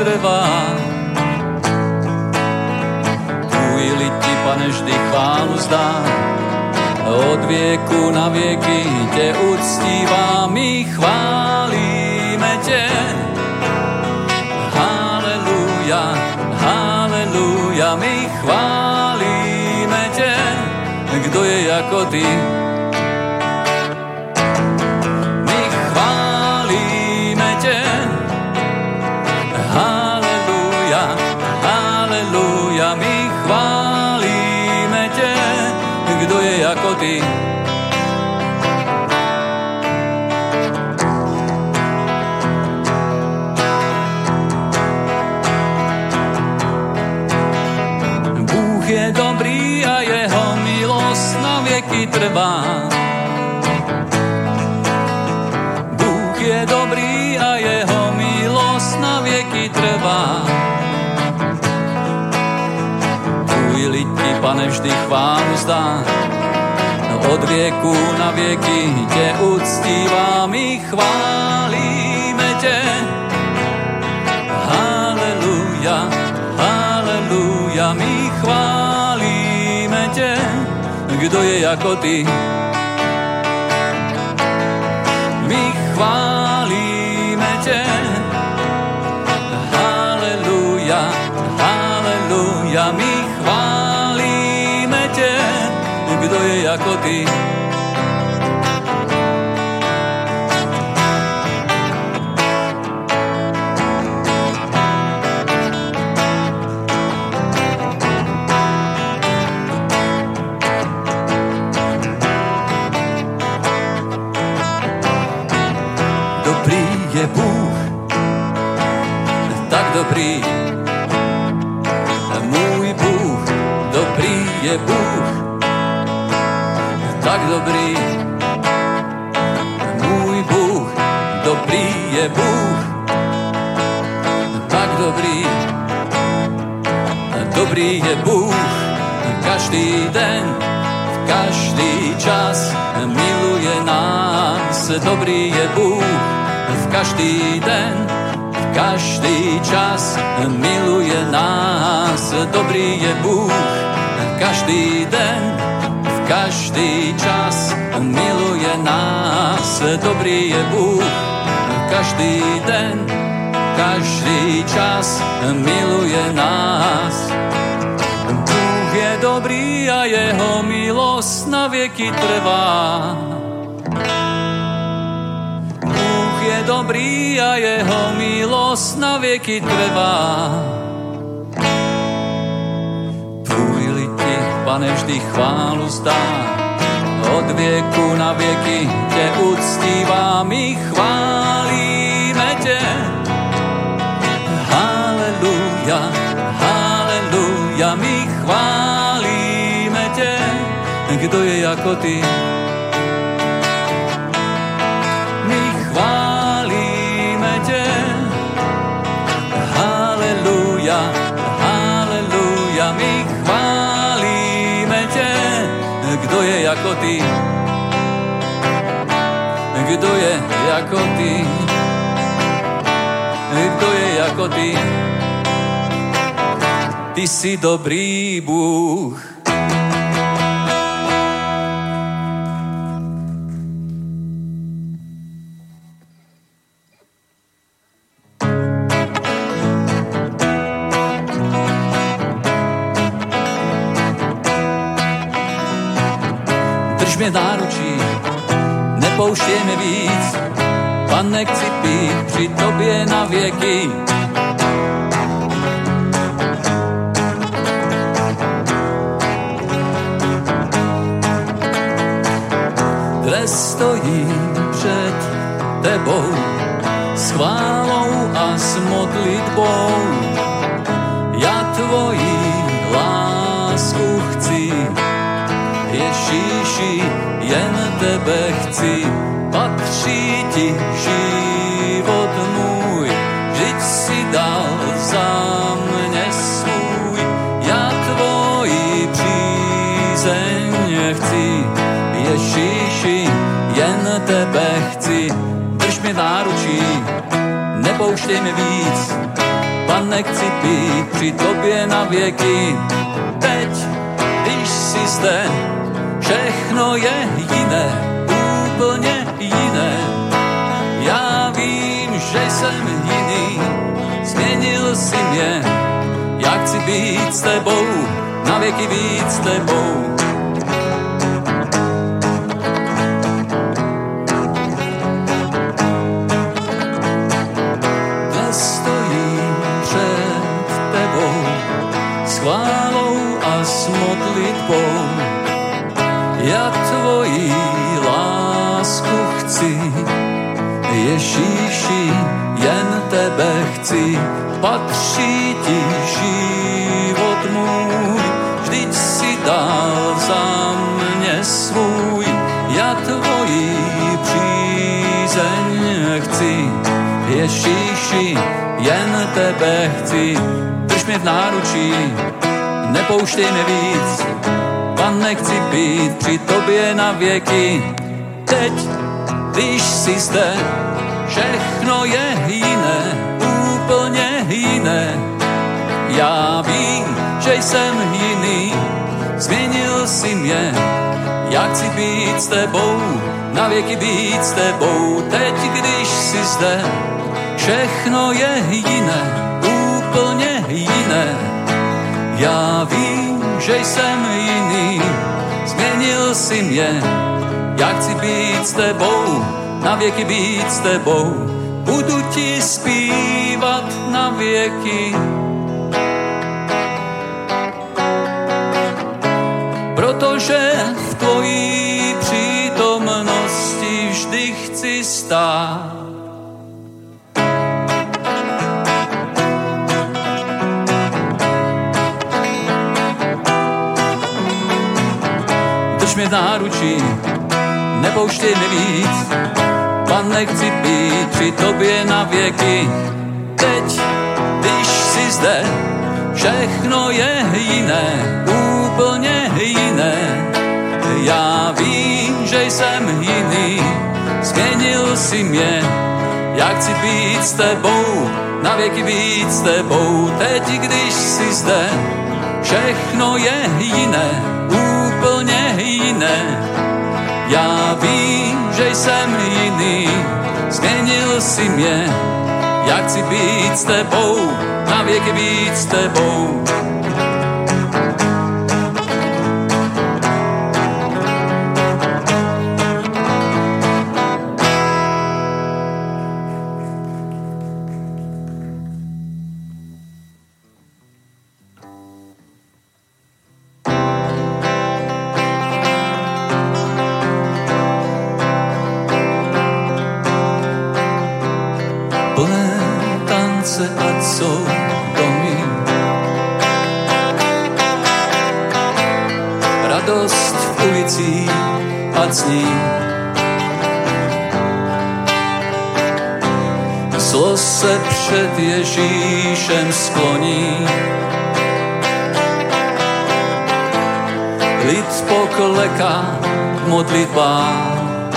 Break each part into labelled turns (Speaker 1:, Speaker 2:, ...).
Speaker 1: trvá. Tvůj lid ti, Pane, vždy chválu zdá. Od vieku na vieky te uctíva, my chválíme te. Halelúja, halelúja, my chválíme te. Kto je ako ty? My chválíme te. Halelúja, halelúja, my chválíme te. Kto je ako ty? Bůh je dobrý a jeho milosť na vieky trvá. Bůh je dobrý a jeho milosť na vieky trvá. Tvůj lid ti, Pane, vždy chválu zdá. Od vieku na vieky te uctíva, my chválíme te. Halelúja, halelúja, my chválíme te. Kto je ako ty? My chválíme te. Halelúja, halelúja, my chválíme te. Kto je ako ty? Dobrý je Bůh, tak dobrý. Môj Bůh, dobrý je Bůh, tak dobrý. Môj Bůh, dobrý je Bůh, tak dobrý. Dobrý je Bůh, každý den, v každý čas miluje nás. Dobrý je Bůh, v každý den, v každý čas miluje nás. Dobrý je Bůh, každý den, každý čas miluje nás. Dobrý je Bůh, každý den, každý čas miluje nás. Bůh je dobrý a jeho milosť na vieky trvá. Bůh je dobrý a jeho milosť na vieky trvá. Pane, vždy chválu zdá, od vieku na vieky te uctíva, my chválíme te. Halelúja, halelúja, my chválíme te. Kto je ako ty? My chválíme te. Halelúja, halelúja, my chválíme te. Kto je ako ty? Kto je ako ty? Kto je ako ty? Ty si dobrý Bůh. Drž mě náručí, nepouštěj mě víc, Pane, chci být při tobě na věky. Dnes stojím před tebou s chválou a s modlitbou. Já tvoji lásku chci, Ježíši, jen tebe chci. Patří ti život můj, vždyť si dal za mě svůj. Já tvoji přízeň chci, Ježíši, jen tebe chci. Drž mě náručí, nepouštěj mě víc, Pane, chci být při tobě na věky. Teď, když jsi zde, všechno je jiné, úplně jiné. Já vím, že jsem jiný, změnil si mě. Já chci být s tebou, na věky být s tebou. Nestojím před tebou s chválou a s modlitbou. Já tvoji lásku chci, Ježíši, jen tebe chci. Patří ti život můj, vždyť si dal za mě svůj. Já tvoji přízeň chci, Ježíši, jen tebe chci. Drž mě v náručí, nepouštěj mě víc. Pane, chci být při tobě na věky. Teď, když jsi zde, všechno je jiné, úplně jiné. Já vím, že jsem jiný, změnil si mě. Já chci být s tebou, na věky být s tebou. Teď, když jsi zde, všechno je jiné, úplně jiné. Já vím, že jsem jiný, změnil si mě. Já chci být s tebou, na věky být s tebou. Budu ti zpívat na věky. Protože v tvojí přítomnosti vždy chci stát. Drž mě v náručí, nepouštěj mi víc. Pane, chci být při tobě na věky. Teď, když jsi zde, všechno je jiné, úplně jiné. Já vím, že jsem jiný, změnil si mě. Já chci být s tebou, na věky být s tebou. Teď, když jsi zde, všechno je jiné, úplně jiné. Já vím, že jsem jiný, změnil si mě. Já chci být s tebou, na věky být s tebou. Ať jsou domy, radost v ulicích, ať zní. Zlo se před Ježíšem skloní, lid pokleká v modlitbách.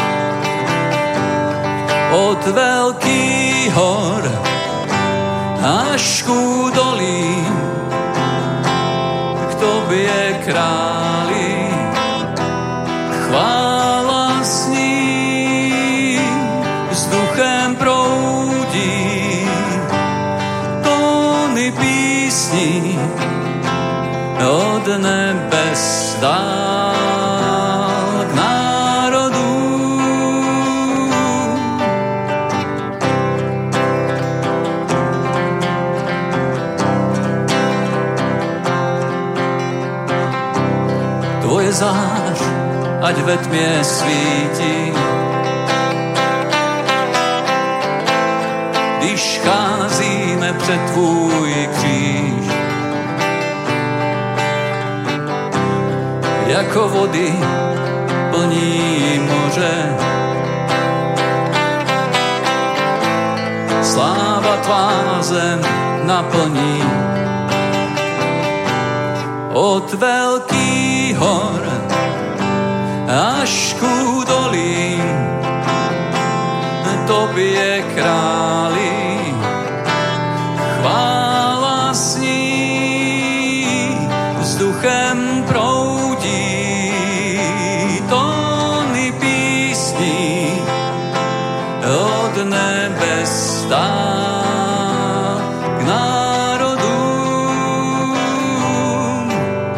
Speaker 1: Od velkých hor až k údolím, k tobě králi, chvála zní, s duchem proudí, tóny písní od nebes dál k národům. Tvoje zář, ať ve tmě svítí, když cházíme před tvůj kříž. Jako vody plní moře, sláva tvá zem naplní. Od velkých hor až k údolím, tobě králi, chvála nebes stál k národům.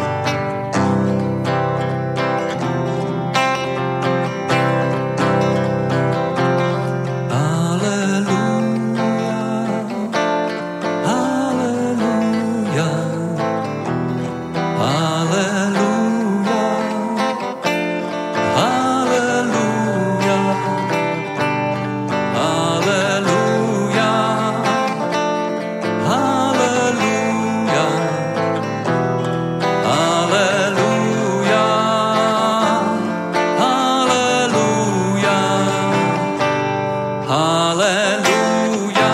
Speaker 1: Aleluja, aleluja, aleluja, aleluja, aleluja, aleluja, aleluja, aleluja,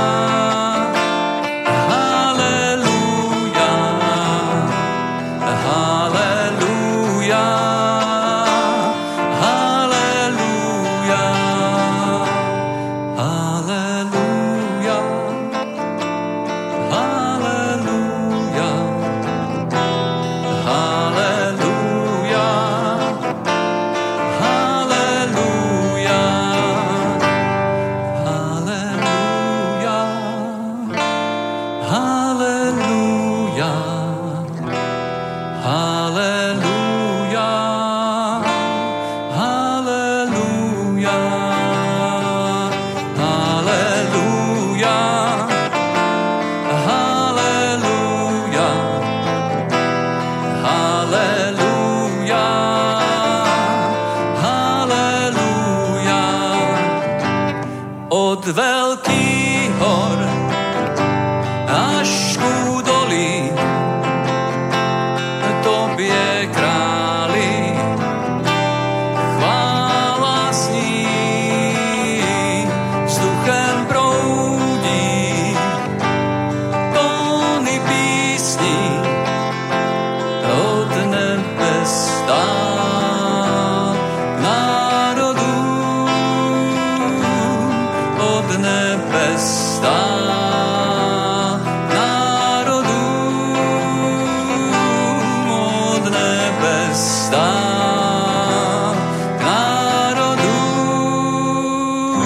Speaker 1: od veľkých hor až ku dolí, tobie králi, chvála zní, vzduchem proudí, tóny písní od nebes stál k národům, od nebes stál k národům, od nebes stál k národům.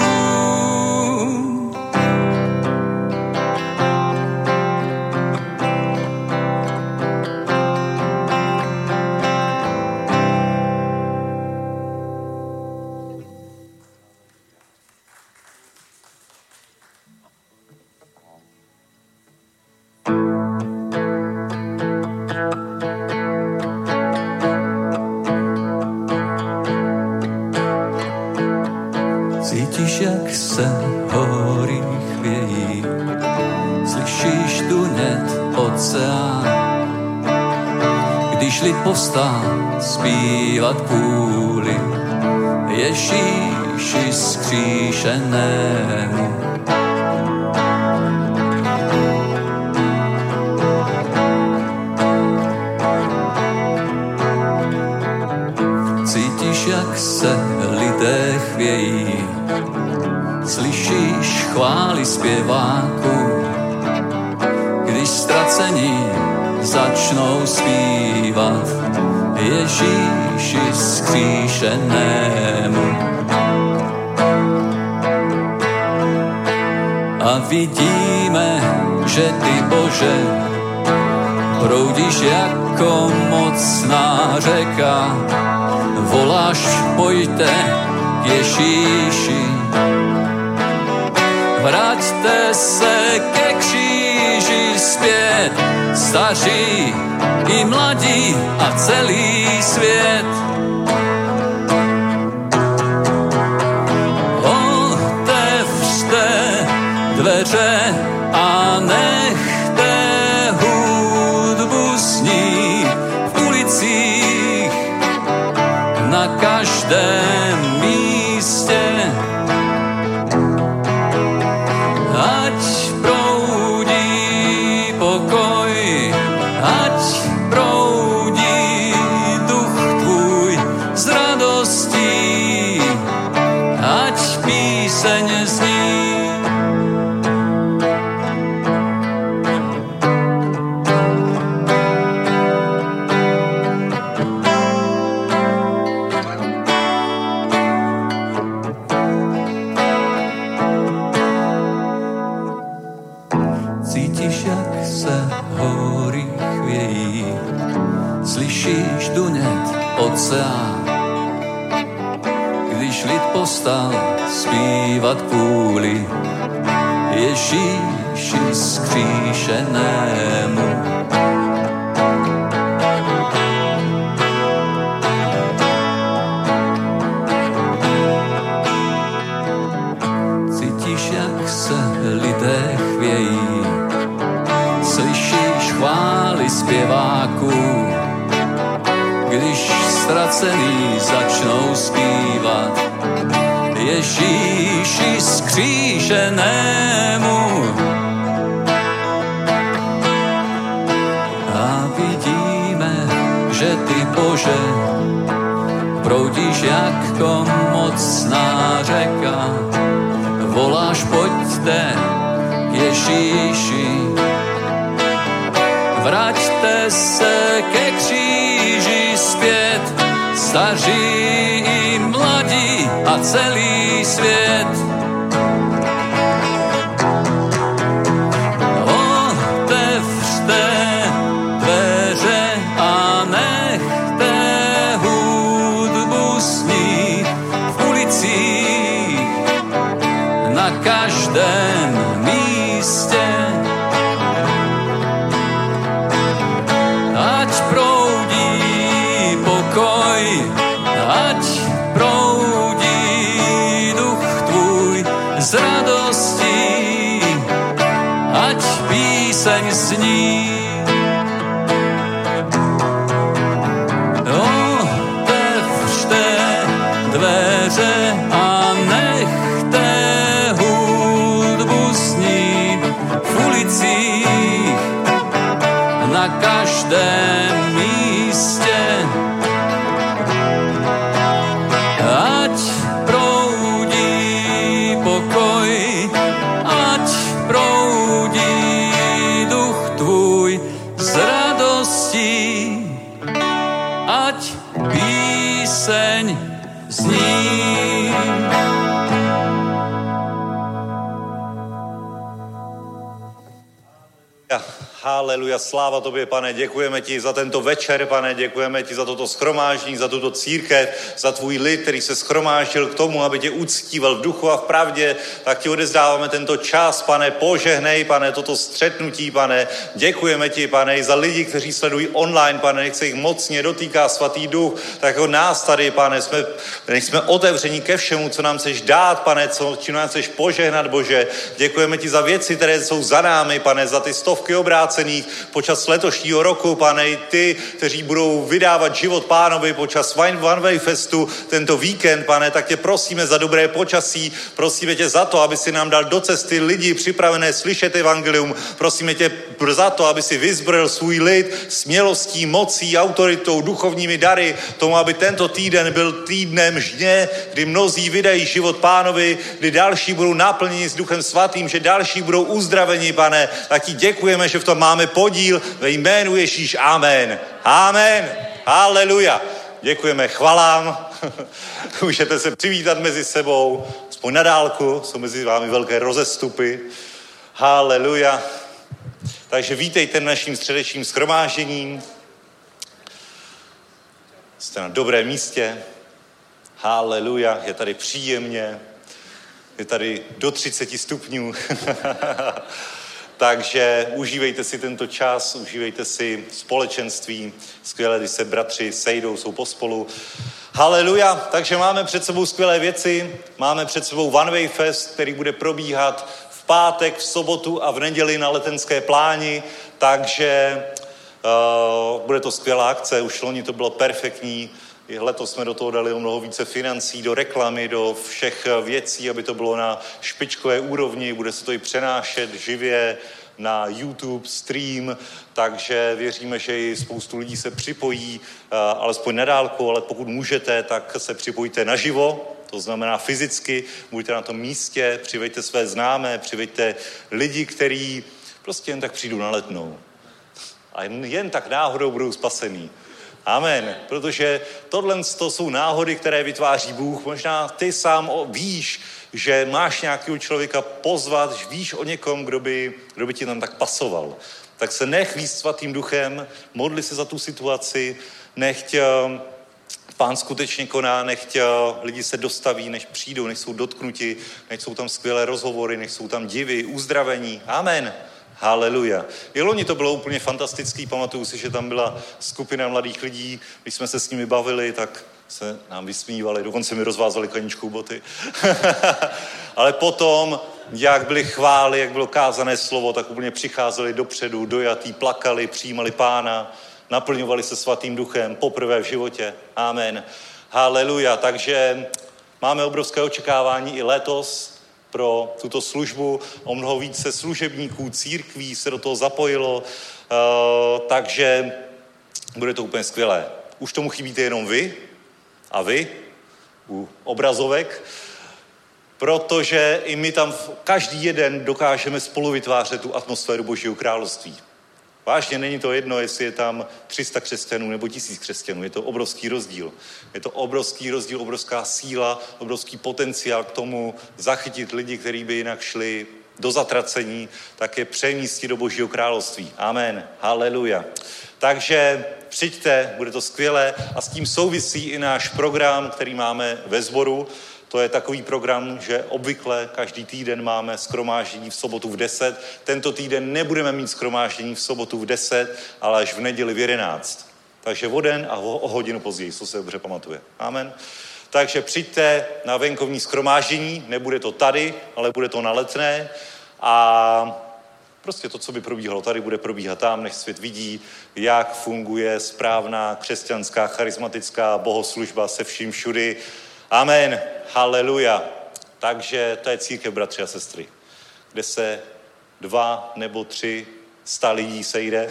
Speaker 1: Cítíš, jak se hory chvějí, slyšíš dunět oceán. Když lid povstál zpívat kvůli Ježíši zkříšenému. Cítíš, jak se lidé chvějí, slyšíš chvály zpěváků, když ztracení začnou zpívat Ježíši zkříšenému. A vidíme, že ty, Bože, proudíš jako mocná řeka, voláš, pojďte k Ježíši. Vraťte se ke kříži zpět, staří i mladí a celý svět. Otevřte dveře a nechte hudbu znít v ulicích, na každém místě. Ať proudí pokoj, ať proudí duch tvůj, zpívat kvůli Ježíši zkříšenému. Cítíš, jak se lidé chvějí, slyšíš chvály zpěváků, když ztracený začnou zpívat Ježíši zkříšenému. A vidíme, že ty, Bože, proudíš jako mocná řeka. Voláš, pojďte k Ježíši, vraťte se ke kříži zpět, staří i mladí a celý svět. Otevřte dveře a nechte hudbu snít v ulicích, na každém místě. Ať proudí pokoj, ať proudí duch tvůj z radostí, ať píseň zní. Otevřte dveře a nechte hudbu snít v ulicích, na každém místě. Ať proudí pokoj, ať proudí duch tvůj z radostí, ať píseň zní.
Speaker 2: Haleluja, sláva tobě, Pane, děkujeme ti za tento večer, Pane, děkujeme ti za toto shromáždění, za tuto církev, za tvůj lid, který se shromáždil k tomu, aby tě uctíval v duchu a v pravdě, tak ti odezdáváme tento čas, Pane, požehnej, Pane, toto střetnutí, Pane, děkujeme ti, Pane, i za lidi, kteří sledují online, Pane, nech se jich mocně dotýká svatý duch, tak jako nás tady, Pane, nech jsme otevření ke všemu, co nám chceš dát, Pane, čím nám chceš požehnat, Bože, děkujeme ti za věci, které jsou za námi, Pane, za ty stovky obrácených počas letošního roku, Pane, i ty, kteří budou vydávat život Pánovi počas One Way Festu tento víkend, Pane, tak tě prosíme za dobré počasí, prosíme tě za to, aby si nám dal do cesty lidi připravené slyšet evangelium, prosíme tě za to, aby si vyzbrojil svůj lid smělostí, mocí, autoritou, duchovními dary, tomu, aby tento týden byl týdnem žně, kdy mnozí vydají život Pánovi, kdy další budou naplněni s Duchem Svatým, že další budou uzdraveni, Pane, tak ti děkujeme, že v tom máme podíl ve jménu Ježíš. Amen. Amen. Haleluja. Děkujeme, chvalám. Můžete se přivítat mezi sebou, aspoň na dálku, jsou mezi vámi velké rozestupy. Haleluja. Takže vítejte naším středečním shromážděním. Jste na dobrém místě. Haleluja. Je tady příjemně. Je tady do 30 stupňů. Takže užívejte si tento čas, užívejte si společenství. Skvělé, když se bratři sejdou, jsou pospolu. Haleluja, takže máme před sebou skvělé věci. Máme před sebou One Way Fest, který bude probíhat v pátek, v sobotu a v neděli na Letenské pláni. Takže bude to skvělá akce, už loni to bylo perfektní. I letos jsme do toho dali o mnoho více financí, do reklamy, do všech věcí, aby to bylo na špičkové úrovni. Bude se to i přenášet živě na YouTube, stream, takže věříme, že i spoustu lidí se připojí, alespoň na dálku, ale pokud můžete, tak se připojte naživo, to znamená fyzicky, buďte na tom místě, přiveďte své známé, přiveďte lidi, kteří prostě jen tak přijdou na Letnou. A jen tak náhodou budou spasení. Amen. Protože tohle jsou náhody, které vytváří Bůh. Možná ty sám víš, že máš nějakého člověka pozvat, že víš o někom, kdo by ti tam tak pasoval. Tak se nech víc svatým duchem, modli se za tu situaci, nechť Pán skutečně koná, nechť lidi se dostaví, než přijdou, než jsou dotknuti, než jsou tam skvělé rozhovory, než jsou tam divy, uzdravení. Amen. Haleluja. I loni to bylo úplně fantastický, pamatuju si, že tam byla skupina mladých lidí, když jsme se s nimi bavili, tak se nám vysmívali, dokonce mi rozvázali kleničkou boty. Ale potom, jak byly chvály, jak bylo kázané slovo, tak úplně přicházeli dopředu, dojatí, plakali, přijímali Pána, naplňovali se svatým duchem poprvé v životě. Amen. Haleluja. Takže máme obrovské očekávání i letos pro tuto službu. O mnoho více služebníků, církví se do toho zapojilo, takže bude to úplně skvělé. Už tomu chybíte jenom vy a vy u obrazovek, protože i my tam každý jeden dokážeme spolu vytvářet tu atmosféru Božího království. Vážně není to jedno, jestli je tam 300 křesťanů nebo 1000 křesťanů. Je to obrovský rozdíl. Je to obrovský rozdíl, obrovská síla, obrovský potenciál k tomu zachytit lidi, kteří by jinak šli do zatracení, tak je přemístit do Božího království. Amen. Haleluja. Takže přijďte, bude to skvělé a s tím souvisí i náš program, který máme ve sboru. To je takový program, že obvykle každý týden máme shromáždění v sobotu v 10. Tento týden nebudeme mít shromáždění v sobotu v 10, ale až v neděli v 11. Takže o den a o hodinu později, co se dobře pamatuje. Amen. Takže přijďte na venkovní shromáždění, nebude to tady, ale bude to na Letné a prostě to, co by probíhalo tady, bude probíhat tam, než svět vidí, jak funguje správná křesťanská charismatická bohoslužba se vším všudy. Amen. Haleluja. Takže to je církev, bratři a sestry, kde se 2 nebo 3 100 lidí sejde,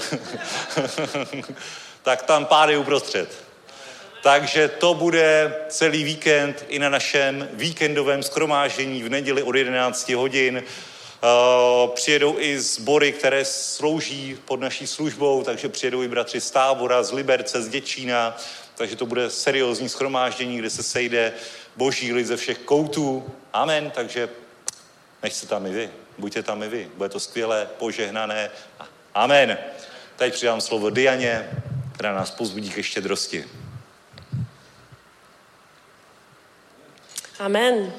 Speaker 2: tak tam pár je uprostřed. Takže to bude celý víkend i na našem víkendovém shromáždění v neděli od 11 hodin. Přijedou i sbory, které slouží pod naší službou, takže přijedou i bratři z Tábora, z Liberce, z Děčína, takže to bude seriózní shromáždění, kde se sejde Boží lid ze všech koutů. Amen, takže nechte tam i vy, buďte tam i vy, bude to skvělé, požehnané. Amen. Teď přidám slovo Dianě, která nás povzbudí ke štědrosti.
Speaker 3: Amen.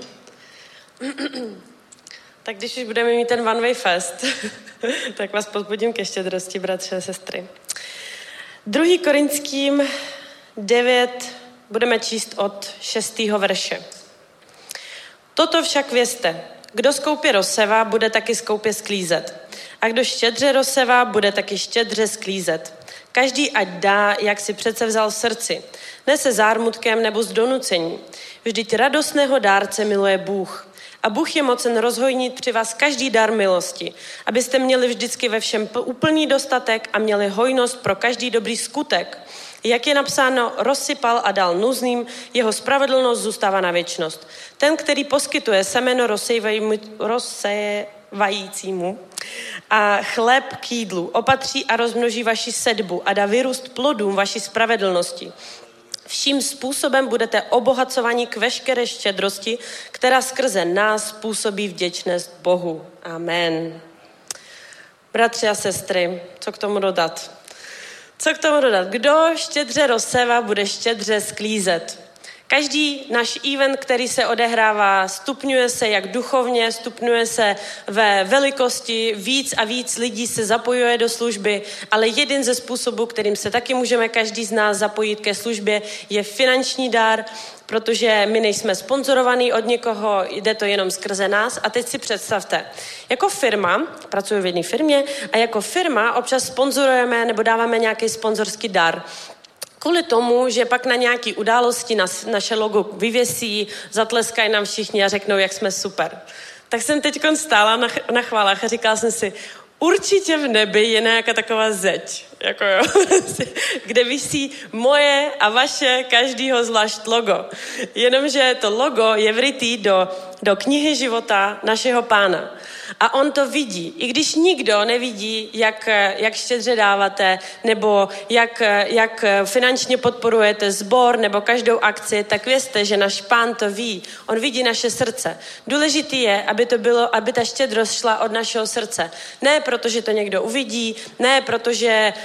Speaker 3: Tak když už budeme mít ten One Way Fest, tak vás povzbudím ke štědrosti, bratři a sestry. 2. Korinským 9 budeme číst od 6. verše. Toto však vězte, kdo skoupě rozsevá, bude taky skoupě sklízet. A kdo štědře rozsevá, bude taky štědře sklízet. Každý ať dá, jak si přece vzal v srdci, ne se zármutkem nebo z donucení. Vždyť radostného dárce miluje Bůh. A Bůh je mocen rozhojnit při vás každý dar milosti, abyste měli vždycky ve všem úplný dostatek a měli hojnost pro každý dobrý skutek. Jak je napsáno, rozsypal a dal nuzným, jeho spravedlnost zůstává na věčnost. Ten, který poskytuje semeno rozsévajícímu a chléb k jídlu, opatří a rozmnoží vaši sedbu a dá vyrůst plodům vaší spravedlnosti. Vším způsobem budete obohacovaní k veškeré štědrosti, která skrze nás způsobí vděčnost Bohu. Amen. Bratři a sestry, co k tomu dodat? Kdo štědře rozsévá, bude štědře sklízet. Každý náš event, který se odehrává, stupňuje se jak duchovně, stupňuje se ve velikosti, víc a víc lidí se zapojuje do služby, ale jeden ze způsobů, kterým se taky můžeme každý z nás zapojit ke službě, je finanční dar, protože my nejsme sponzorovaní od někoho, jde to jenom skrze nás. A teď si představte, jako firma, pracuji v jedné firmě, a jako firma občas sponzorujeme nebo dáváme nějaký sponzorský dar. Kvůli tomu, že pak na nějaký události naše logo vyvěsí, zatleskají nám všichni a řeknou, jak jsme super. Tak jsem teď stála na chválách a říkala jsem si, určitě v nebi je nějaká taková zeď, jako jo, kde visí moje a vaše každýho zvlášť logo. Jenomže to logo je vrytý do knihy života našeho Pána. A on to vidí. I když nikdo nevidí, jak štědře dáváte, nebo jak finančně podporujete sbor, nebo každou akci, tak vězte, že náš Pán to ví. On vidí naše srdce. Důležitý je, aby ta štědrost šla od našeho srdce. Ne protože to někdo uvidí, ne protože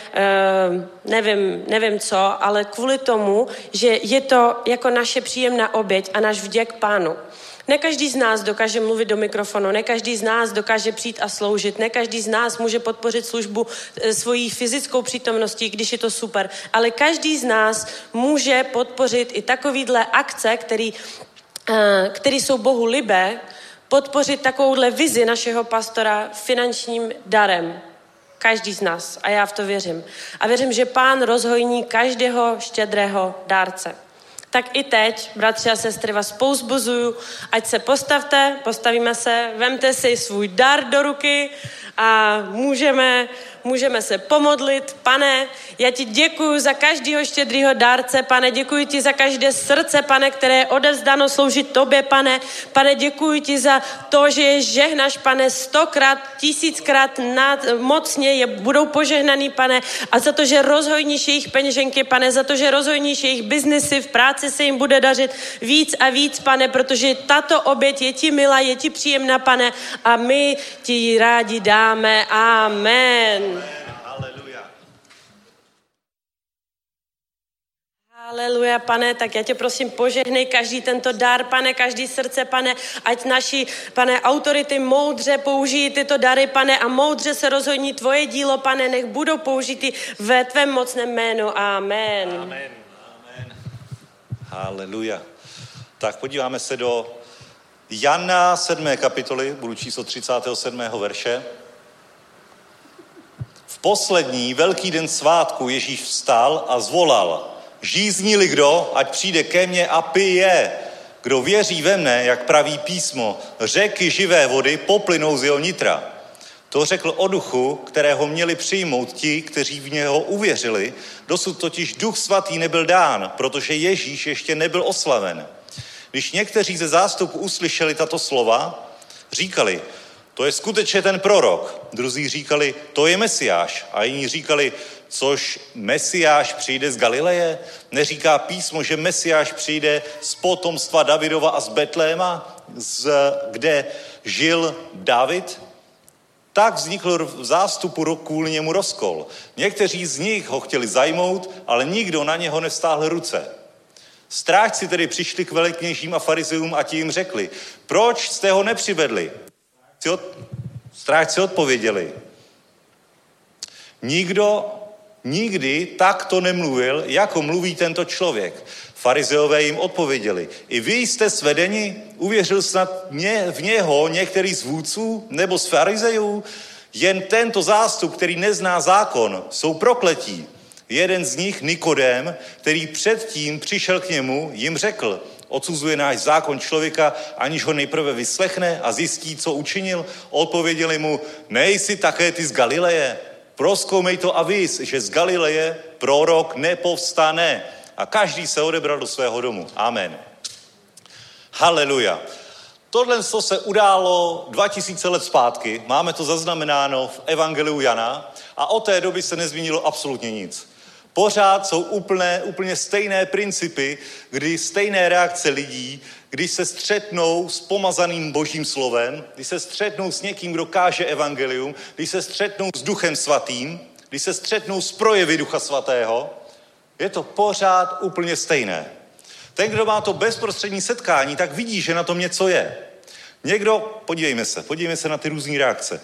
Speaker 3: nevím co, ale kvůli tomu, že je to jako naše příjemná oběť a náš vděk Pánu. Ne každý z nás dokáže mluvit do mikrofonu, ne každý z nás dokáže přijít a sloužit, ne každý z nás může podpořit službu svojí fyzickou přítomností, když je to super, ale každý z nás může podpořit i takovýhle akce, který jsou Bohu libé, podpořit takovouhle vizi našeho pastora finančním darem. Každý z nás. A já v to věřím. A věřím, že Pán rozhojní každého štědrého dárce. Tak i teď, bratři a sestry, vás povzbuzuju, ať se postavíme se, vemte si svůj dar do ruky a můžeme se pomodlit. Pane, já ti děkuju za každého štědrýho dárce, Pane, děkuji ti za každé srdce, Pane, které je odevzdáno sloužit tobě, Pane. Pane, děkuji ti za to, že je žehnáš, Pane, 100krát, 1000krát mocně budou požehnaný, Pane, a za to, že rozhojníš jejich peněženky, Pane, za to, že rozhojníš jejich biznesy, v práci se jim bude dařit víc a víc, Pane, protože tato oběť je ti milá, je ti příjemná, Pane, a my ti ji rádi dáme. Amen. Haleluja, Pane, tak já tě prosím, požehnej každý tento dar, Pane, každý srdce, Pane, ať naši, Pane, autority moudře použijí tyto dary, Pane, a moudře se rozhodní tvoje dílo, Pane, nech budou použity ve tvém mocném jménu. Amen.
Speaker 2: Amen. Amen. Haleluja. Tak podíváme se do Jana 7. kapitoly, budu číslo 37. verše. V poslední velký den svátku Ježíš vstal a zvolal: žízní-li kdo, ať přijde ke mně a pije. Kdo věří ve mne, jak praví písmo, řeky živé vody poplynou z jeho nitra. To řekl o duchu, kterého měli přijmout ti, kteří v něho uvěřili. Dosud totiž Duch Svatý nebyl dán, protože Ježíš ještě nebyl oslaven. Když někteří ze zástupu uslyšeli tato slova, říkali: to je skutečně ten prorok. Druzí říkali: to je Mesiáš. A jiní říkali: což Mesiáš přijde z Galileje? Neříká písmo, že Mesiáš přijde z potomstva Davidova a z Betléma, kde žil David? Tak vznikl v zástupu kvůli němu rozkol. Někteří z nich ho chtěli zajmout, ale nikdo na něho nevstáhl ruce. Strážci tedy přišli k velekněžím a farizeům a ti jim řekli: proč jste ho nepřivedli? Strážci odpověděli: nikdo nikdy takto nemluvil, jako mluví tento člověk. Farizeové jim odpověděli: i vy jste svedeni? Uvěřil snad v něho některý z vůdců nebo z farizejů? Jen tento zástup, který nezná zákon, jsou prokletí. Jeden z nich, Nikodém, který předtím přišel k němu, jim řekl: odsuzuje náš zákon člověka, aniž ho nejprve vyslechne a zjistí, co učinil? Odpověděli mu: nejsi také ty z Galileje? Prozkoumej to a vys, že z Galileje prorok nepovstane. A každý se odebral do svého domu. Amen. Haleluja. Tohle se událo 2000 let zpátky. Máme to zaznamenáno v Evangeliu Jana a od té doby se nezměnilo absolutně nic. Pořád jsou úplně stejné principy, kdy stejné reakce lidí, když se střetnou s pomazaným Božím slovem, když se střetnou s někým, kdo káže evangelium, když se střetnou s Duchem Svatým, když se střetnou s projevy Ducha Svatého, je to pořád úplně stejné. Ten, kdo má to bezprostřední setkání, tak vidí, že na tom něco je. Někdo, podívejme se na ty různé reakce.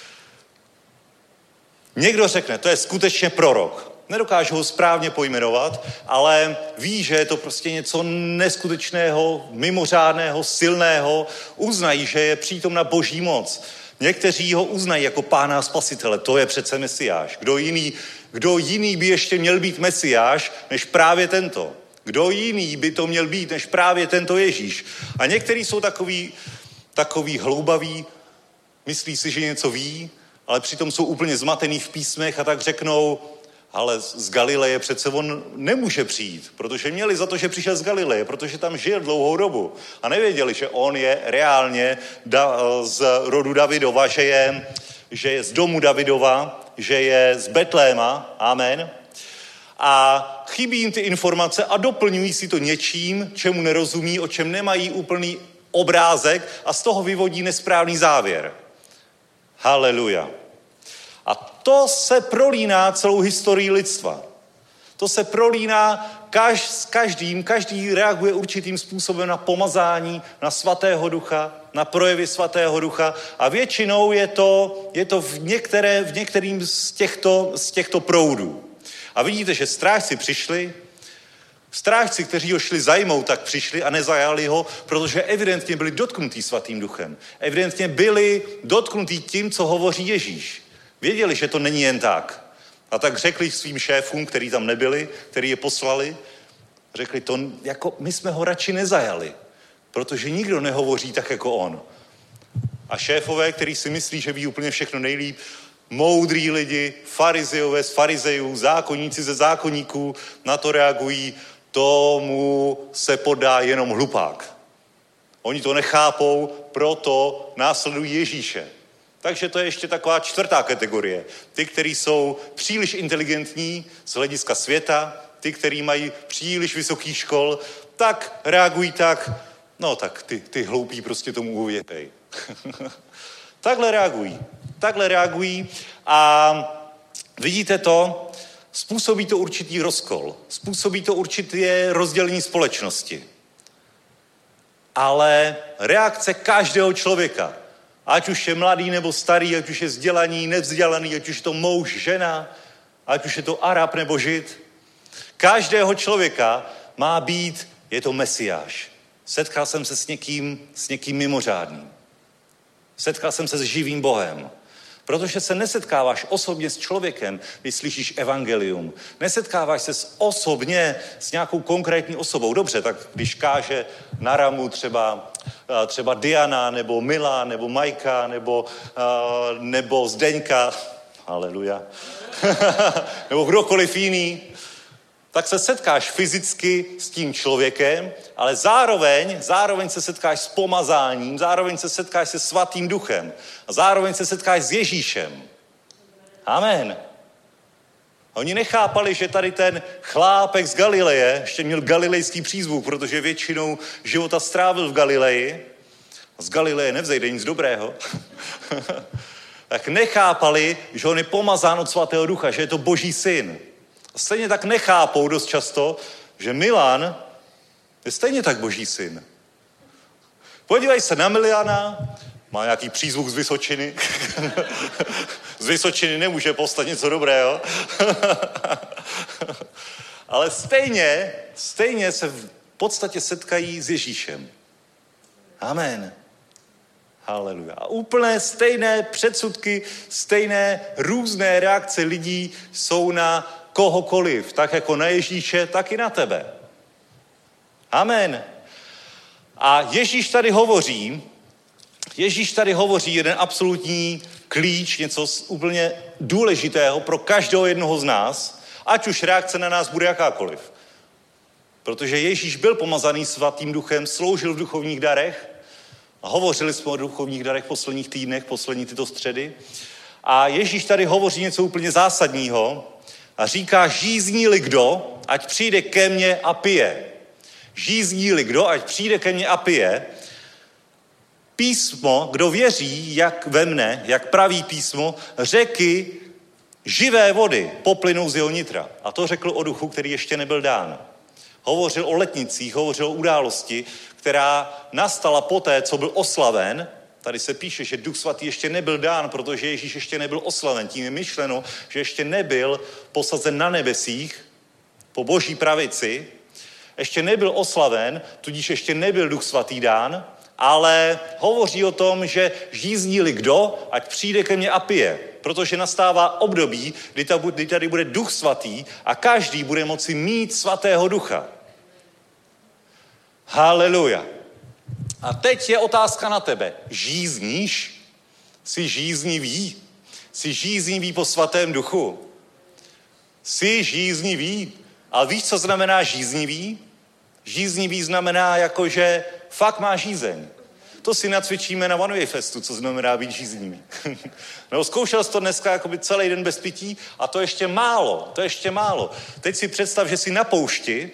Speaker 2: Někdo řekne: to je skutečně prorok. Nedokážu ho správně pojmenovat, ale ví, že je to prostě něco neskutečného, mimořádného, silného. Uznají, že je přítomna Boží moc. Někteří ho uznají jako Pána a Spasitele. To je přece Mesiáš. Kdo jiný by ještě měl být Mesiáš, než právě tento? Kdo jiný by to měl být, než právě tento Ježíš? A někteří jsou takový hloubaví, myslí si, že něco ví, ale přitom jsou úplně zmatený v písmech a tak řeknou: ale z Galileje přece on nemůže přijít, protože měli za to, že přišel z Galileje, protože tam žil dlouhou dobu a nevěděli, že on je reálně z rodu Davidova, že je z domu Davidova, že je z Betléma. Amen. A chybí jim ty informace a doplňují si to něčím, čemu nerozumí, o čem nemají úplný obrázek a z toho vyvodí nesprávný závěr. Haleluja. A to se prolíná celou historii lidstva. To se prolíná každý reaguje určitým způsobem na pomazání, na svatého ducha, na projevy svatého ducha a většinou je to v některým z těchto proudů. A vidíte, že strážci, kteří ho šli zajmout, tak přišli a nezajali ho, protože evidentně byli dotknutí svatým duchem. Evidentně byli dotknutí tím, co hovoří Ježíš. Věděli, že to není jen tak. A tak řekli svým šéfům, kteří tam nebyli, kteří je poslali, řekli to, jako my jsme ho radši nezajali, protože nikdo nehovoří tak jako on. A šéfové, kteří si myslí, že ví úplně všechno nejlíp, moudrý lidi, farizejové z farizejů, zákonníci ze zákonníků, na to reagují, tomu se podá jenom hlupák. Oni to nechápou, proto následují Ježíše. Takže to je ještě taková čtvrtá kategorie. Ty, kteří jsou příliš inteligentní z hlediska světa, ty, kteří mají příliš vysoký škol, tak reagují tak, no tak ty hloupí prostě tomu uvěpej. Takhle reagují a vidíte to, způsobí to určitý rozkol, způsobí to určité rozdělení společnosti. Ale reakce každého člověka, ať už je mladý nebo starý, ať už je vzdělaný, nevzdělaný, ať už je to muž, žena, ať už je to Arab nebo Žid, každého člověka má být, je to Mesiáš. Setkal jsem se s někým mimořádným. Setkal jsem se s živým Bohem. Protože se nesetkáváš osobně s člověkem, když slyšíš evangelium. Nesetkáváš se osobně s nějakou konkrétní osobou. Dobře, tak když káže na ramu třeba Diana, nebo Mila, nebo Majka, nebo Zdeňka, haleluja, nebo kdokoliv jiný, tak se setkáš fyzicky s tím člověkem, ale zároveň se setkáš s pomazáním, zároveň se setkáš se svatým duchem a zároveň se setkáš s Ježíšem. Amen. Oni nechápali, že tady ten chlápek z Galileje ještě měl galilejský přízvuk, protože většinou života strávil v Galileji. A z Galileje nevzejde nic dobrého. Tak nechápali, že on je pomazán od svatého ducha, že je to Boží syn. A stejně tak nechápou dost často, že Milan je stejně tak Boží syn. Podívej se na Milana, má nějaký přízvuk z Vysočiny. Z Vysočiny nemůže postat něco dobrého. Ale stejně se v podstatě setkají s Ježíšem. Amen. Haleluja. A úplně stejné předsudky, stejné různé reakce lidí jsou na kohokoliv, tak jako na Ježíše, tak i na tebe. Amen. A Ježíš tady hovoří jeden absolutní klíč, něco úplně důležitého pro každého jednoho z nás, ať už reakce na nás bude jakákoliv. Protože Ježíš byl pomazaný svatým duchem, sloužil v duchovních darech a hovořili jsme o duchovních darech v posledních týdnech, poslední tyto středy. A Ježíš tady hovoří něco úplně zásadního a říká, žízní-li kdo, ať přijde ke mně a pije. Žízní-li kdo, ať přijde ke mně a pije. Písmo, kdo věří, jak ve mne, jak praví písmo, řeky živé vody poplynou z jeho nitra. A to řekl o duchu, který ještě nebyl dán. Hovořil o letnicích, hovořil o události, která nastala poté, co byl oslaven. Tady se píše, že Duch Svatý ještě nebyl dán, protože Ježíš ještě nebyl oslaven. Tím je myšleno, že ještě nebyl posazen na nebesích po Boží pravici. Ještě nebyl oslaven, tudíž ještě nebyl Duch Svatý dán, ale hovoří o tom, že žízní-li kdo, ať přijde ke mně a pije. Protože nastává období, kdy tady bude Duch Svatý a každý bude moci mít svatého ducha. Haleluja. A teď je otázka na tebe. Žízníš? Jsi žíznivý? Jsi žíznivý po svatém duchu? Jsi žíznivý? Ale víš, co znamená žíznivý? Žíznivý znamená jako, že fakt má žízeň. To si nacvičíme na One Way Festu, co znamená být žíznivý. No, zkoušel jsi to dneska jakoby celý den bez pití a to ještě málo. Teď si představ, že jsi na poušti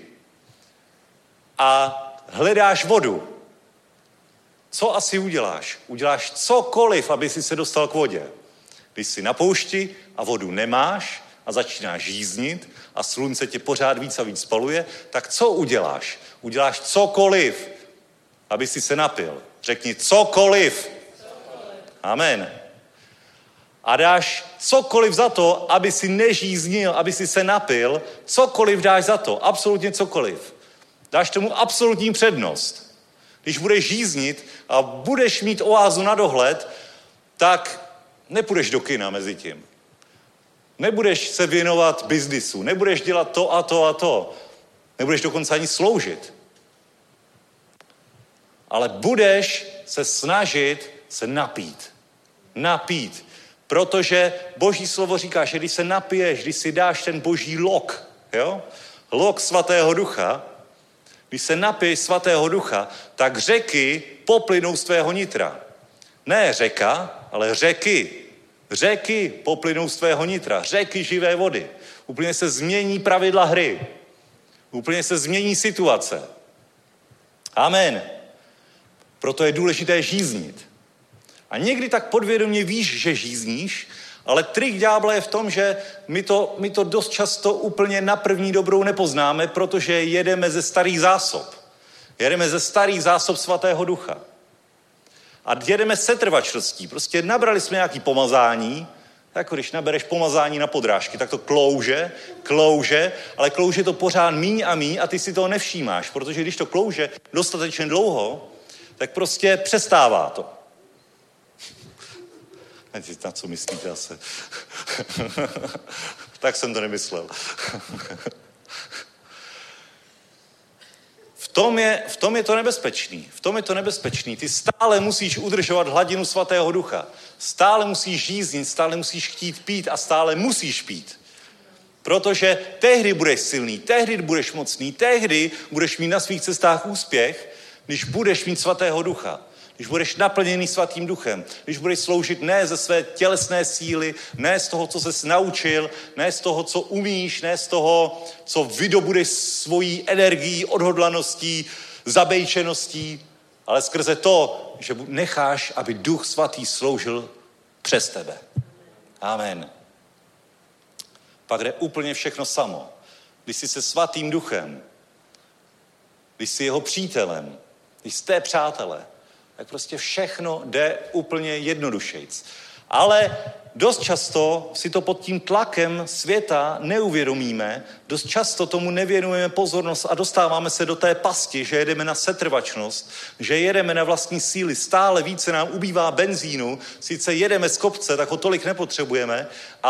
Speaker 2: a hledáš vodu. Co asi uděláš? Uděláš cokoliv, aby si se dostal k vodě. Když jsi na poušti a vodu nemáš a začínáš žíznit a slunce tě pořád víc a víc spaluje, tak co uděláš? Uděláš cokoliv, aby si se napil. Řekni cokoliv. Amen. A dáš cokoliv za to, aby si nežíznil, aby si se napil, cokoliv dáš za to, absolutně cokoliv. Dáš tomu absolutní přednost. Když budeš žíznit a budeš mít oázu na dohled, tak nepůjdeš do kina mezi tím. Nebudeš se věnovat biznisu, nebudeš dělat to a to a to. Nebudeš dokonce ani sloužit. Ale budeš se snažit se napít. Napít. Protože Boží slovo říká, že když se napiješ, když si dáš ten boží lok, jo? Lok svatého ducha, když se napiješ svatého ducha, tak řeky poplynou z tvého nitra. Ne řeka, ale řeky. Řeky poplynou z tvého nitra. Řeky živé vody. Úplně se změní pravidla hry. Úplně se změní situace. Amen. Proto je důležité žíznit. A někdy tak podvědomě víš, že žízníš, ale trik ďábla je v tom, že my to dost často úplně na první dobrou nepoznáme, protože jedeme ze starých zásob. Jedeme ze starých zásob svatého ducha. A jedeme setrvačností. Prostě nabrali jsme nějaký pomazání, jako když nabereš pomazání na podrážky, tak to klouže, ale klouže to pořád míň a míň a ty si toho nevšímáš, protože když to klouže dostatečně dlouho, tak prostě přestává to. Na co myslíte asi? Tak jsem to nemyslel. V tom je to nebezpečný. V tom je to nebezpečný. Ty stále musíš udržovat hladinu svatého ducha. Stále musíš žíznit, stále musíš chtít pít a stále musíš pít. Protože tehdy budeš silný, tehdy budeš mocný, tehdy budeš mít na svých cestách úspěch, když budeš mít svatého ducha. Když budeš naplněný svatým duchem, když budeš sloužit ne ze své tělesné síly, ne z toho, co ses naučil, ne z toho, co umíš, ne z toho, co vydobudeš svojí energií, odhodlaností, zabejčeností, ale skrze to, že necháš, aby Duch Svatý sloužil přes tebe. Amen. Pak jde úplně všechno samo. Když jsi se svatým duchem, když jsi jeho přítelem, když jste přátelé, tak prostě všechno jde úplně jednodušejc. Ale dost často si to pod tím tlakem světa neuvědomíme, dost často tomu nevěnujeme pozornost a dostáváme se do té pasti, že jedeme na setrvačnost, že jedeme na vlastní síly, stále více nám ubývá benzínu, sice jedeme z kopce, tak ho tolik nepotřebujeme,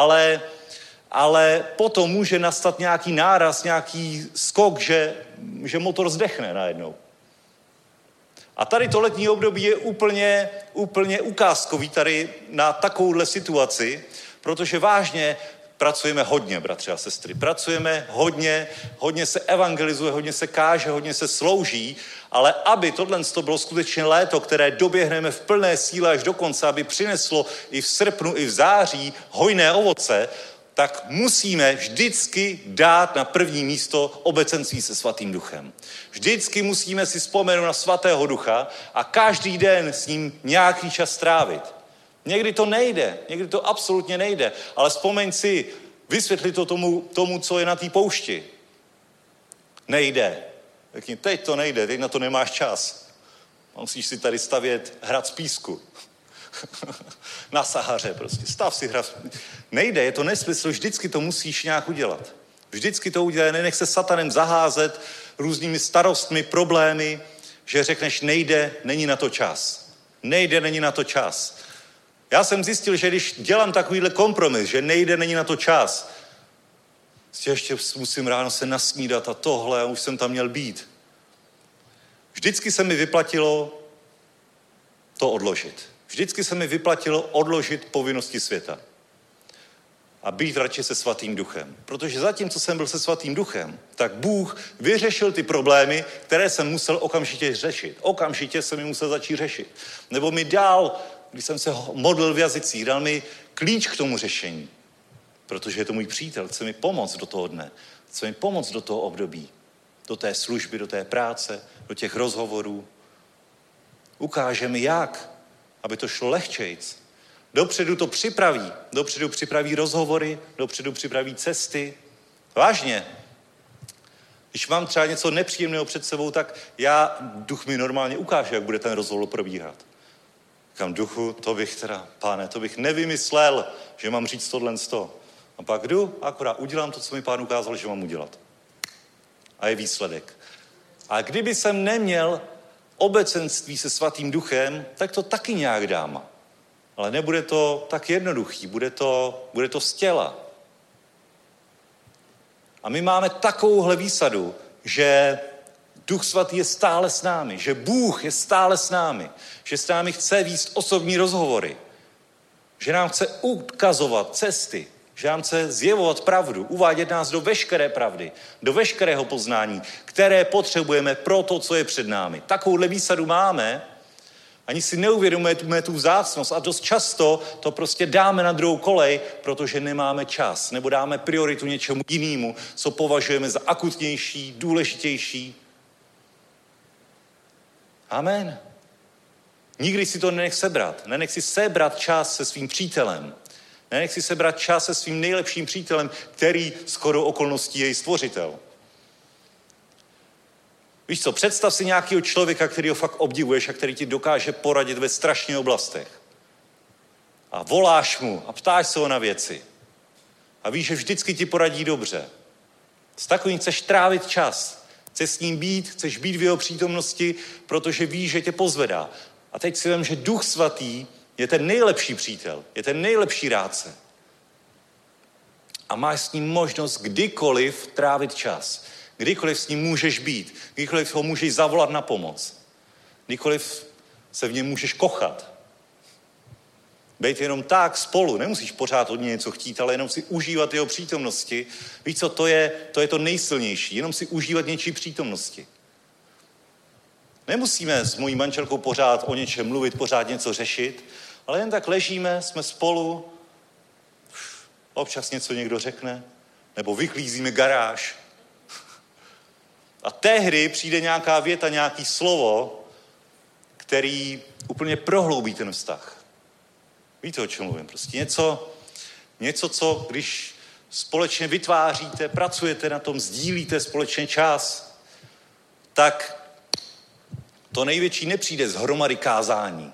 Speaker 2: ale potom může nastat nějaký náraz, nějaký skok, že motor zdechne najednou. A tady to letní období je úplně ukázkový tady na takovouhle situaci, protože vážně pracujeme hodně, bratři a sestry. Pracujeme hodně se evangelizuje, hodně se káže, hodně se slouží, ale aby tohle bylo skutečně léto, které doběhneme v plné síle až do konce, aby přineslo i v srpnu, i v září hojné ovoce, tak musíme vždycky dát na první místo obecenství se svatým duchem. Vždycky musíme si vzpomenout na svatého ducha a každý den s ním nějaký čas strávit. Někdy to nejde, někdy to absolutně nejde, ale vzpomeň si, vysvětli to tomu, co je na té poušti. Nejde. Teď to nejde, teď na to nemáš čas. Musíš si tady stavět hrad z písku. Na Sahaře prostě. Stav si hrad. Nejde, je to nesmysl, vždycky to musíš nějak udělat. Vždycky to udělat, nenech se satanem zaházet různými starostmi, problémy, že řekneš nejde, není na to čas. Nejde, není na to čas. Já jsem zjistil, že když dělám takovýhle kompromis, že nejde, není na to čas, ještě musím ráno se nasnídat a tohle, a už jsem tam měl být. Vždycky se mi vyplatilo to odložit. Vždycky se mi vyplatilo odložit povinnosti světa. A být radši se svatým duchem. Protože zatímco jsem byl se svatým duchem, tak Bůh vyřešil ty problémy, které jsem musel okamžitě řešit. Okamžitě jsem je musel začít řešit. Nebo mi dal, když jsem se modlil v jazycích, dal mi klíč k tomu řešení. Protože je to můj přítel, chce mi pomoct do toho dne. Chce mi pomoct do toho období. Do té služby, do té práce, do těch rozhovorů. Ukáže mi jak, aby to šlo lehčejc. Dopředu to připraví. Dopředu připraví rozhovory, dopředu připraví cesty. Vážně. Když mám třeba něco nepříjemného před sebou, tak duch mi normálně ukáže, jak bude ten rozhovor probíhat. Říkám, duchu, Páne, to bych nevymyslel, že mám říct tohle. A pak jdu, akorát udělám to, co mi Pán ukázal, že mám udělat. A je výsledek. A kdyby jsem neměl obecenství se Svatým Duchem, tak to taky nějak dám. Ale nebude to tak jednoduchý, bude to z těla. A my máme takovouhle výsadu, že Duch Svatý je stále s námi, že Bůh je stále s námi, že s námi chce vést osobní rozhovory, že nám chce ukazovat cesty, že nám chce zjevovat pravdu, uvádět nás do veškeré pravdy, do veškerého poznání, které potřebujeme pro to, co je před námi. Takovouhle výsadu máme, ani si neuvědomujeme tu vzácnost a dost často to prostě dáme na druhou kolej, protože nemáme čas, nebo dáme prioritu něčemu jinému, co považujeme za akutnější, důležitější. Amen. Nikdy si to nenech sebrat. Nenech si sebrat čas se svým přítelem. Nenech si sebrat čas se svým nejlepším přítelem, který shodou okolností je i stvořitel. Víš co, představ si nějakého člověka, který ho fakt obdivuješ a který ti dokáže poradit ve strašných oblastech. A voláš mu a ptáš se ho na věci. A víš, že vždycky ti poradí dobře. S takovým chceš trávit čas. Chceš s ním být, chceš být v jeho přítomnosti, protože víš, že tě pozvedá. A teď si vem, že Duch Svatý je ten nejlepší přítel, je ten nejlepší rádce. A máš s ním možnost kdykoliv trávit čas. Kdykoliv s ním můžeš být, kdykoliv ho můžeš zavolat na pomoc. Kdykoliv se v něm můžeš kochat. Bejt jenom tak spolu, nemusíš pořád od něj něco chtít, ale jenom si užívat jeho přítomnosti. Víš co, to je to nejsilnější, jenom si užívat něčí přítomnosti. Nemusíme s mojí manželkou pořád o něčem mluvit, pořád něco řešit, ale jen tak ležíme, jsme spolu, občas něco někdo řekne, nebo vyklízíme garáž. A tehdy přijde nějaká věta, nějaký slovo, který úplně prohloubí ten vztah. Víte, o čem mluvím? Prostě něco, co když společně vytváříte, pracujete na tom, sdílíte společně čas, tak to největší nepřijde z hromady kázání,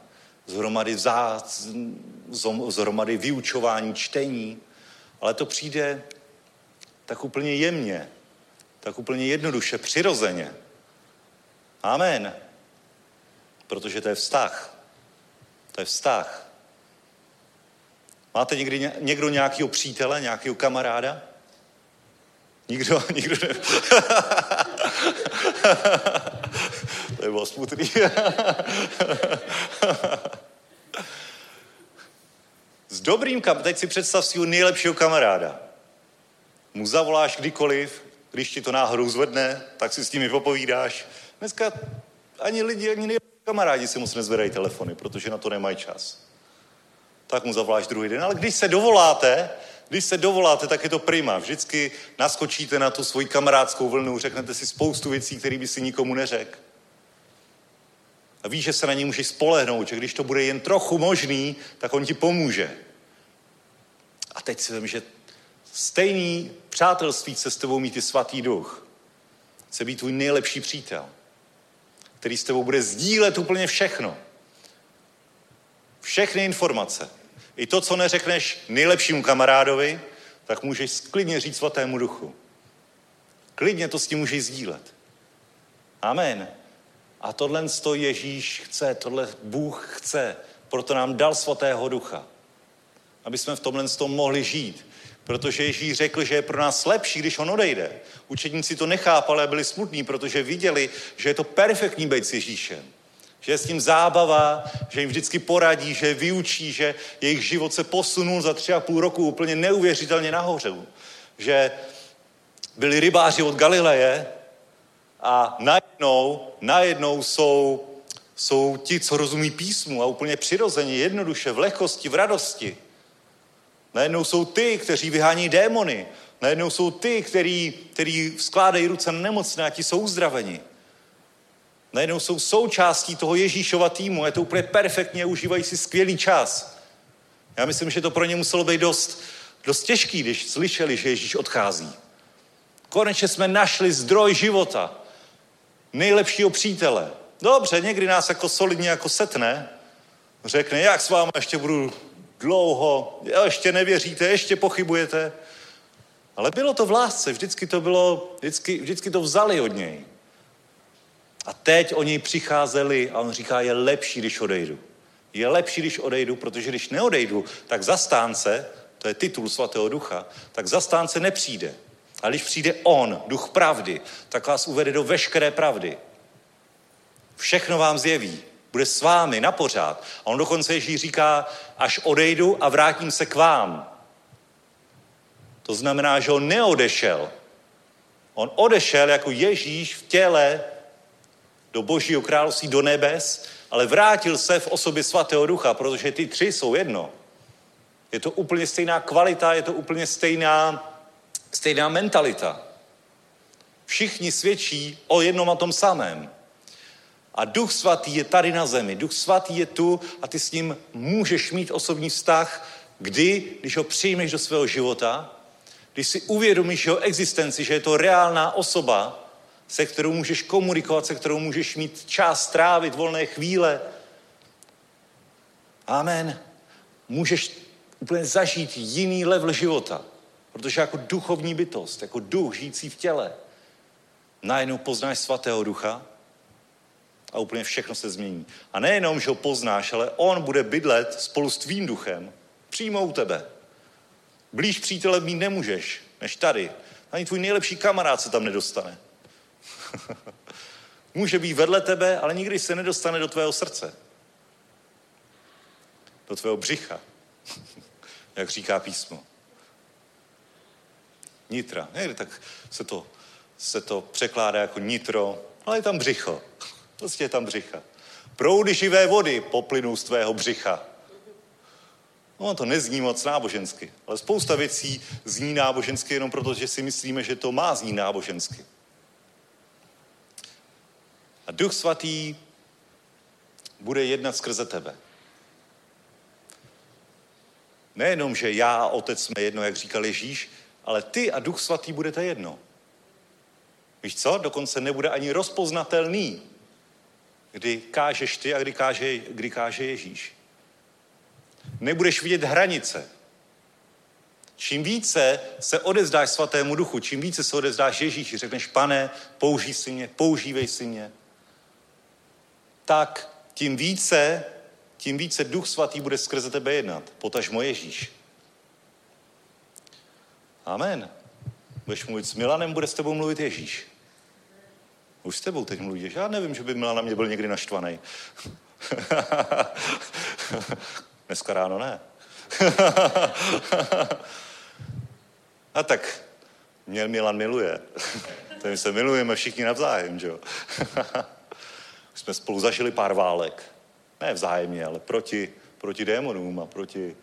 Speaker 2: z hromady vyučování, čtení, ale to přijde tak úplně jemně, tak úplně jednoduše, přirozeně. Amen. Protože to je vztah. To je vztah. Máte někdo nějakého přítele, nějakého kamaráda? Nikdo ne. To je bylo smutný. S dobrým teď si představ svého nejlepšího kamaráda. Mu zavoláš kdykoliv, když ti to náhodou zvedne, tak si s nimi popovídáš. Dneska ani nejlepší kamarádi si moc nezvedají telefony, protože na to nemají čas. Tak mu zavoláš druhý den. Ale když se dovoláte, tak je to prima. Vždycky naskočíte na tu svoji kamarádskou vlnu, řeknete si spoustu věcí, které by si nikomu neřekl. A víš, že se na něj můžeš spolehnout, že když to bude jen trochu možný, tak on ti pomůže. A teď si vím, že stejný přátelství chce s tebou mít i Svatý Duch. Chce být tvůj nejlepší přítel, který s tebou bude sdílet úplně všechno. Všechny informace. I to, co neřekneš nejlepšímu kamarádovi, tak můžeš klidně říct Svatému Duchu. Klidně to s tím můžeš sdílet. Amen. A tohle Ježíš chce, tohle Bůh chce, proto nám dal Svatého Ducha. Aby jsme v tomhle mohli žít. Protože Ježíš řekl, že je pro nás lepší, když on odejde. Učedníci to nechápali a byli smutní, protože viděli, že je to perfektní být s Ježíšem. Že je s ním zábava, že jim vždycky poradí, že je vyučí, že jejich život se posunul za 3,5 roku úplně neuvěřitelně nahoře. Že byli rybáři od Galileje a najednou jsou ti, co rozumí písmu a úplně přirozeně, jednoduše, v lehkosti, v radosti. Najednou jsou ty, kteří vyhání démony. Najednou jsou ty, kteří skládají ruce na nemocné a ti jsou uzdraveni. Najednou jsou součástí toho Ježíšova týmu. Je to úplně perfektně, užívají si skvělý čas. Já myslím, že to pro ně muselo být dost těžký, když slyšeli, že Ježíš odchází. Konečně jsme našli zdroj života. Nejlepšího přítele. Dobře, někdy nás jako solidně jako setne. Řekne, jak s vámi ještě budu dlouho, ještě nevěříte, ještě pochybujete. Ale bylo to v lásce, vždycky to vzali od něj. A teď oni přicházeli a on říká, je lepší, když odejdu. Je lepší, když odejdu, protože když neodejdu, tak zastánce, to je titul Svatého Ducha, tak zastánce nepřijde. A když přijde on, Duch pravdy, tak vás uvede do veškeré pravdy. Všechno vám zjeví. Bude s vámi na pořád. A on dokonce Ježíš říká, až odejdu a vrátím se k vám. To znamená, že on neodešel. On odešel jako Ježíš v těle do Božího království, do nebes, ale vrátil se v osobě Svatého Ducha, protože ty tři jsou jedno. Je to úplně stejná kvalita, je to úplně stejná mentalita. Všichni svědčí o jednom a tom samém. A Duch Svatý je tady na zemi. Duch Svatý je tu a ty s ním můžeš mít osobní vztah, když ho přijmeš do svého života, když si uvědomíš jeho existenci, že je to reálná osoba, se kterou můžeš komunikovat, se kterou můžeš mít čas trávit, volné chvíle. Amen. Můžeš úplně zažít jiný level života, protože jako duchovní bytost, jako duch žijící v těle, najednou poznáš Svatého Ducha a úplně všechno se změní. A nejenom, že ho poznáš, ale on bude bydlet spolu s tvým duchem přímo u tebe. Blíž přítele mít nemůžeš, než tady. Ani tvůj nejlepší kamarád se tam nedostane. Může být vedle tebe, ale nikdy se nedostane do tvého srdce. Do tvého břicha. Jak říká písmo. Nitra. Někdy tak se to překládá jako nitro, ale je tam břicho. Prostě je tam břicha. Proudy živé vody poplynou z tvého břicha. No, to nezní moc nábožensky, ale spousta věcí zní nábožensky jenom proto, že si myslíme, že to má znít nábožensky. A Duch Svatý bude jednat skrze tebe. Nejenom, že já a Otec jsme jedno, jak říkal Ježíš, ale ty a Duch Svatý budete jedno. Víš co? Dokonce nebude ani rozpoznatelný, kdy kážeš ty a kdy káže Ježíš. Nebudeš vidět hranice. Čím více se odevzdáš Svatému Duchu, čím více se odevzdáš Ježíši, řekneš, Pane, použij si mě, používej si mě, tak tím více Duch Svatý bude skrze tebe jednat, potažmo Ježíš. Amen. Budeš mluvit s Milanem, bude s tebou mluvit Ježíš. Už s tebou teď mluvíš. Já nevím, že by Milan na mě byl někdy naštvaný. Dneska ráno ne. A tak mě Milan miluje. My se milujeme všichni navzájem, že jo. Už jsme spolu zažili pár válek. Ne vzájemně, ale proti démonům a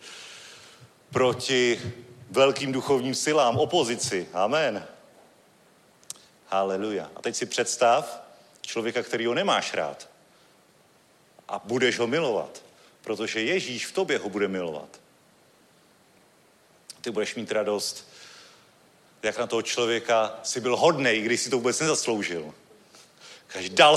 Speaker 2: proti velkým duchovním silám, opozici. Amen. Haleluja. A teď si představ člověka, kterýho nemáš rád. A budeš ho milovat. Protože Ježíš v tobě ho bude milovat. Ty budeš mít radost, jak na toho člověka si byl hodnej, když si to vůbec nezasloužil. Říkáš, dal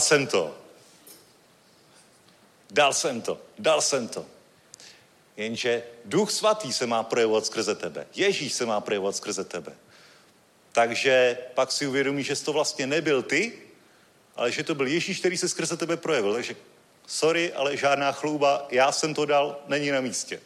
Speaker 2: jsem to. Jenže Duch Svatý se má projevovat skrze tebe. Ježíš se má projevovat skrze tebe. Takže pak si uvědomíš, že to vlastně nebyl ty, ale že to byl Ježíš, který se skrze tebe projevil. Takže sorry, ale žádná chlouba, já jsem to dal, není na místě.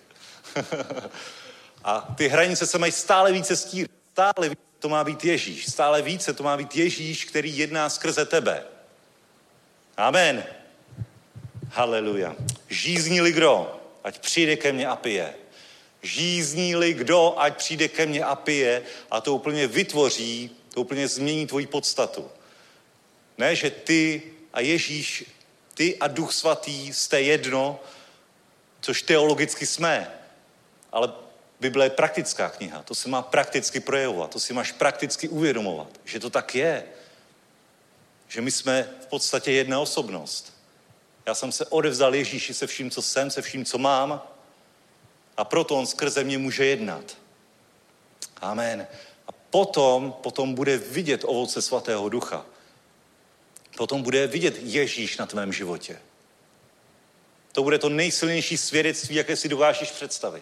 Speaker 2: A ty hranice se mají stále více stírat. Stále více to má být Ježíš. Stále více to má být Ježíš, který jedná skrze tebe. Amen. Haleluja. Žízní-li kdo, ať přijde ke mně a pije. Žízní-li kdo, ať přijde ke mně a pije, a to úplně vytvoří, to úplně změní tvoji podstatu. Ne, že ty a Ježíš, ty a Duch Svatý jste jedno, což teologicky jsme, ale Bible je praktická kniha, to se má prakticky projevovat, to si máš prakticky uvědomovat, že to tak je, že my jsme v podstatě jedna osobnost. Já jsem se odevzdal Ježíši se vším, co jsem, se vším, co mám, A proto on skrze mě může jednat. Amen. A potom bude vidět ovoce Svatého Ducha. Potom bude vidět Ježíš na tvém životě. To bude to nejsilnější svědectví, jaké si dokážeš představit.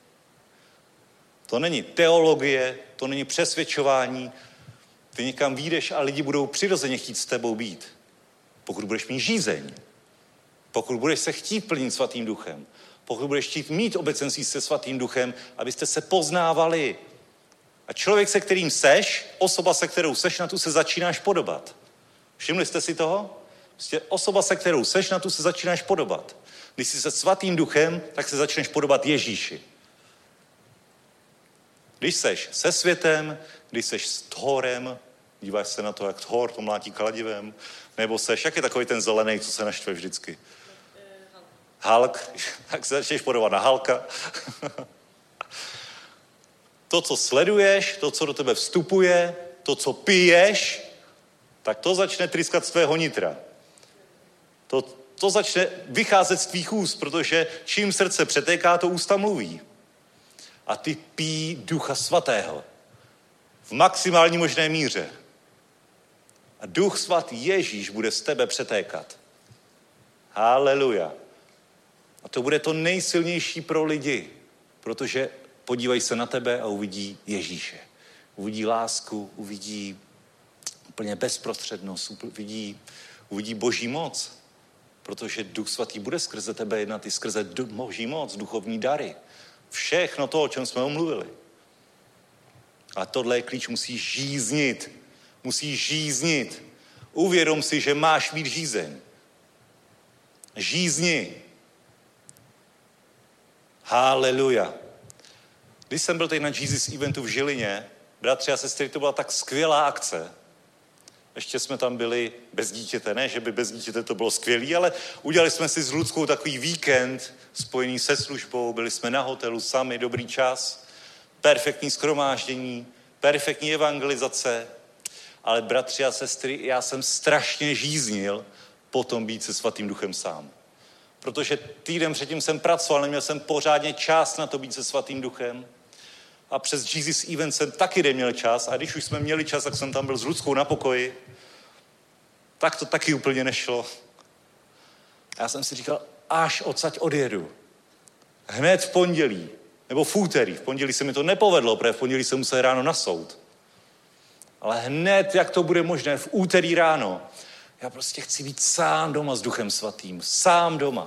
Speaker 2: To není teologie, to není přesvědčování. Ty někam vyjdeš a lidi budou přirozeně chtít s tebou být. Pokud budeš mít žízeň, pokud budeš se chtít plnit Svatým Duchem, pokud budeš chtít mít obecenství se Svatým Duchem, abyste se poznávali. A člověk, se kterým seš, osoba, se kterou seš, na tu se začínáš podobat. Všimli jste si toho? Prostě osoba, se kterou seš, na tu se začínáš podobat. Když jsi se Svatým Duchem, tak se začneš podobat Ježíši. Když seš se světem, když seš s Thorem, díváš se na to, jak Thor to mlátí kladivem, nebo seš, jak je takový ten zelený, co se naštve vždycky? Hulk, tak se začneš podobat na Hulka. To, co sleduješ, to, co do tebe vstupuje, to, co piješ, tak to začne tryskat z tvého nitra. To začne vycházet z tvých úst, protože čím srdce přetéká, to ústa mluví. A ty pij Ducha Svatého v maximální možné míře. A Duch Svatý Ježíš bude z tebe přetékat. Haleluja. A to bude to nejsilnější pro lidi, protože podívají se na tebe a uvidí Ježíše. Uvidí lásku, uvidí úplně bezprostřednost, uvidí Boží moc, protože Duch Svatý bude skrze tebe jednat i skrze Boží moc, duchovní dary. Všechno to, o čem jsme omluvili. A tohle je klíč, musíš žíznit. Musíš žíznit. Uvědom si, že máš mít žízeň. Žízni. Haleluja. Když jsem byl teď na Jesus eventu v Žilině, bratři a sestry, to byla tak skvělá akce. Ještě jsme tam byli bez dítěte, ne, že by bez dítěte to bylo skvělý, ale udělali jsme si s Ludskou takový víkend spojený se službou, byli jsme na hotelu sami, dobrý čas, perfektní shromáždění, perfektní evangelizace, ale bratři a sestry, já jsem strašně žíznil potom být se Svatým Duchem sám. Protože týden předtím jsem pracoval, neměl jsem pořádně čas na to být se Svatým Duchem. A přes Jesus Event jsem taky neměl čas. A když už jsme měli čas, tak jsem tam byl s Ludskou na pokoji. Tak to taky úplně nešlo. A já jsem si říkal, až odsaď odjedu. Hned v pondělí. Nebo v úterý. V pondělí se mi to nepovedlo, protože v pondělí jsem musel ráno na soud. Ale hned, jak to bude možné, v úterý ráno. Já prostě chci být sám doma s Duchem Svatým. Sám doma.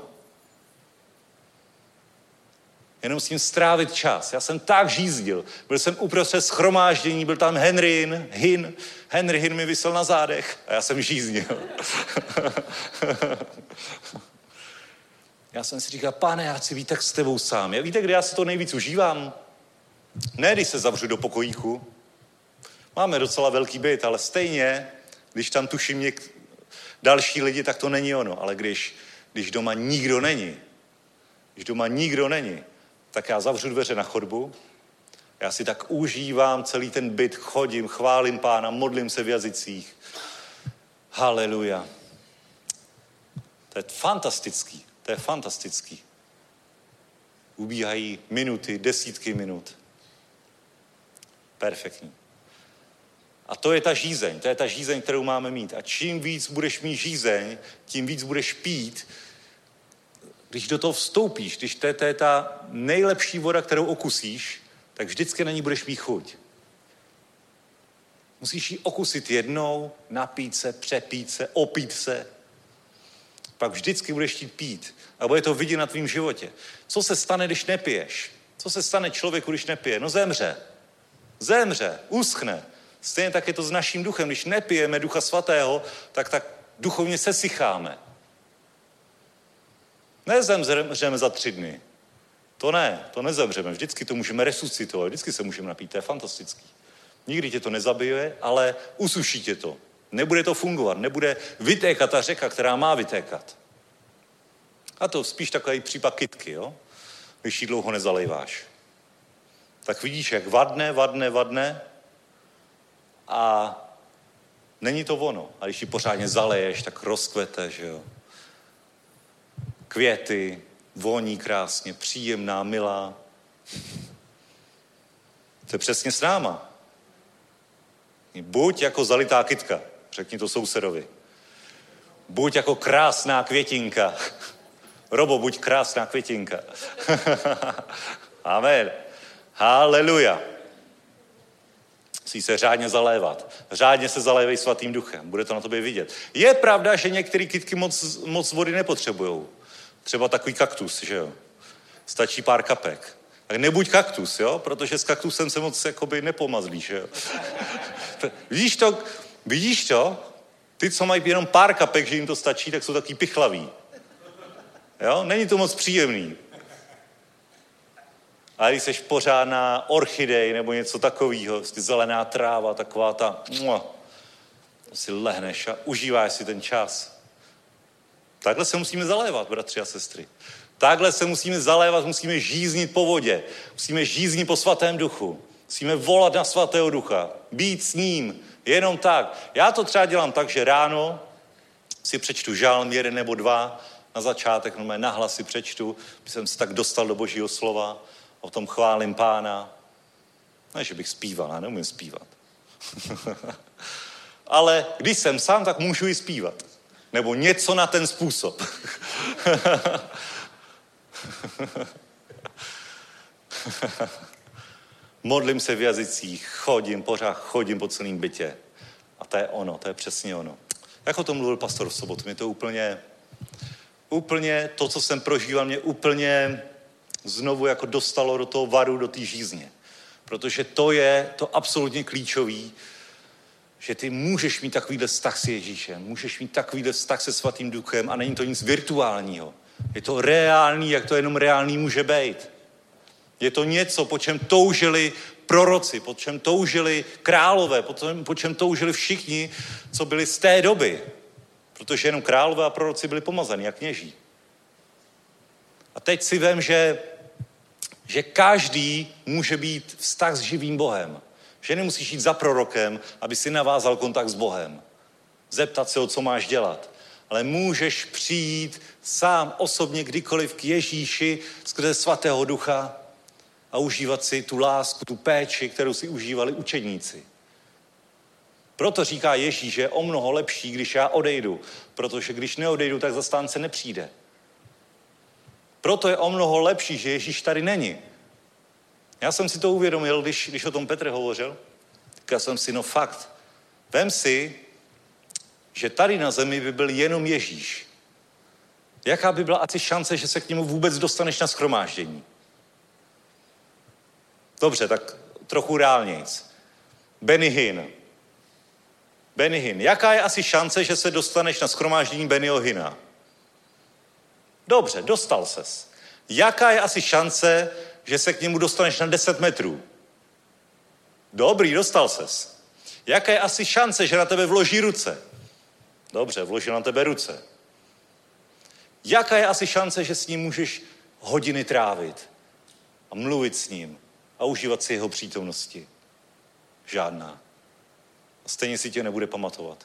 Speaker 2: Jenom s tím strávit čas. Já jsem tak žízdil. Byl jsem uprostřed shromáždění, byl tam Henry Hin mi visel na zádech a já jsem žíznil. Já jsem si říkal, Pane, já chci být tak s tebou sám. Víte, kde já si to nejvíc užívám? Ne, když se zavřu do pokojíku. Máme docela velký byt, ale stejně, když tam tuším další lidi, tak to není ono. Ale když doma nikdo není, tak já zavřu dveře na chodbu, já si tak užívám celý ten byt, chodím, chválím Pána, modlím se v jazycích. Haleluja. To je fantastický. Ubíhají minuty, desítky minut. Perfektní. A to je ta žízeň, kterou máme mít. A čím víc budeš mít žízeň, tím víc budeš pít. Když do toho vstoupíš, když to je ta nejlepší voda, kterou okusíš, tak vždycky na ní budeš mít chuť. Musíš ji okusit jednou, napít se, přepít se, opít se. Pak vždycky budeš chtít pít. A bude to vidět na tvým životě. Co se stane, když nepiješ? Co se stane člověku, když nepije? No zemře, uschne. Stejně tak je to s naším duchem. Když nepijeme Ducha Svatého, tak duchovně sesycháme. Nezemřeme za 3 dny. To nezemřeme. Vždycky to můžeme resuscitovat, vždycky se můžeme napít, to je fantastický. Nikdy tě to nezabije, ale usuší tě to. Nebude to fungovat, nebude vytékat ta řeka, která má vytékat. A to spíš takový případ kytky, jo? Když ji dlouho nezalejváš. Tak vidíš, jak vadne a není to ono. A když ji pořádně zaleješ, tak rozkvete, že jo? Květy, voní krásně, příjemná, milá. To je přesně s náma. Buď jako zalitá kytka, řekni to sousedovi. Buď jako krásná květinka. Robo, buď krásná květinka. Amen. Haleluja. Musí se řádně zalévat. Řádně se zalévej svatým duchem. Bude to na tobě vidět. Je pravda, že některé kytky moc vody nepotřebujou. Třeba takový kaktus, že jo. Stačí pár kapek. Tak nebuď kaktus, jo, protože s kaktusem se moc jakoby nepomazlíš, jo. Vidíš to? Ty, co mají jenom pár kapek, že jim to stačí, tak jsou taky pichlaví. Jo, není to moc příjemný. A když seš pořádná orchidej nebo něco takového, zelená tráva, taková ta, si lehneš a užíváš si ten čas. Takhle se musíme zalévat, bratři a sestry. Takhle se musíme zalévat, musíme žíznit po vodě, musíme žíznit po svatém duchu, musíme volat na svatého ducha, být s ním, jenom tak. Já to třeba dělám tak, že ráno si přečtu žálm 1 nebo 2, na začátek, nahlas si přečtu, jsem se tak dostal do Božího slova, o tom chválím Pána. Ne, že bych zpíval, já neumím zpívat. Ale když jsem sám, tak můžu i zpívat. Nebo něco na ten způsob. Modlím se v jazycích, pořád chodím po celém bytě. A to je ono, to je přesně ono. Jak o tom mluvil pastor v sobotu, mě to úplně to, co jsem prožíval, mě úplně znovu jako dostalo do toho varu, do té žízně. Protože to je to absolutně klíčový, že ty můžeš mít takovýhle vztah s Ježíšem, můžeš mít takovýhle vztah se svatým duchem a není to nic virtuálního. Je to reálný, jak to jenom reálný může být. Je to něco, po čem toužili proroci, po čem toužili králové, po čem toužili všichni, co byli z té doby. Protože jenom králové a proroci byli pomazaní, jak kněží. A teď si vem, že každý může být vztah s živým Bohem. Že nemusíš jít za prorokem, aby si navázal kontakt s Bohem. Zeptat se, o co máš dělat. Ale můžeš přijít sám osobně kdykoliv k Ježíši skrze svatého ducha a užívat si tu lásku, tu péči, kterou si užívali učedníci. Proto říká Ježíš, že je o mnoho lepší, když já odejdu, protože když neodejdu, tak zastánce nepřijde. Proto je o mnoho lepší, že Ježíš tady není. Já jsem si to uvědomil, když o tom Petr hovořil. Říkal jsem si, no fakt, vem si, že tady na zemi by byl jenom Ježíš. Jaká by byla asi šance, že se k němu vůbec dostaneš na shromáždění? Dobře, tak trochu reálnějc. Benny Hinn. Jaká je asi šance, že se dostaneš na shromáždění Bennyho Hinna? Dobře, dostal ses. Jaká je asi šance, že se k němu dostaneš na 10 metrů? Dobrý, dostal ses. Jaká je asi šance, že na tebe vloží ruce? Dobře, vložil na tebe ruce. Jaká je asi šance, že s ním můžeš hodiny trávit a mluvit s ním a užívat si jeho přítomnosti? Žádná. A stejně si tě nebude pamatovat.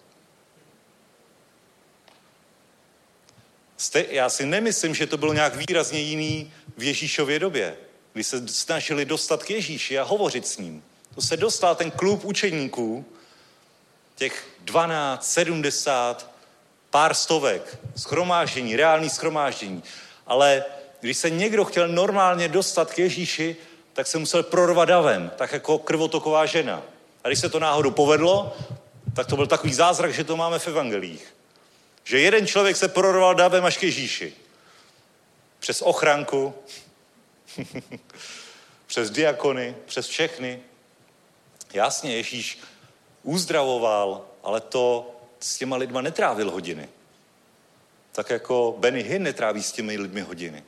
Speaker 2: Já si nemyslím, že to bylo nějak výrazně jiný v Ježíšově době, kdy se snažili dostat k Ježíši a hovořit s ním. To se dostal ten klub učeníků, těch 12, 70, pár stovek, shromáždění, reální shromáždění. Ale když se někdo chtěl normálně dostat k Ježíši, tak se musel prorvat davem, tak jako krvotoková žena. A když se to náhodou povedlo, tak to byl takový zázrak, že to máme v evangelích. Že jeden člověk se prorval davem až k Ježíši. Přes ochranku, přes diakony, přes všechny. Jasně, Ježíš uzdravoval, ale to s těma lidma netrávil hodiny. Tak jako Benny Hinn netráví s těmi lidmi hodiny.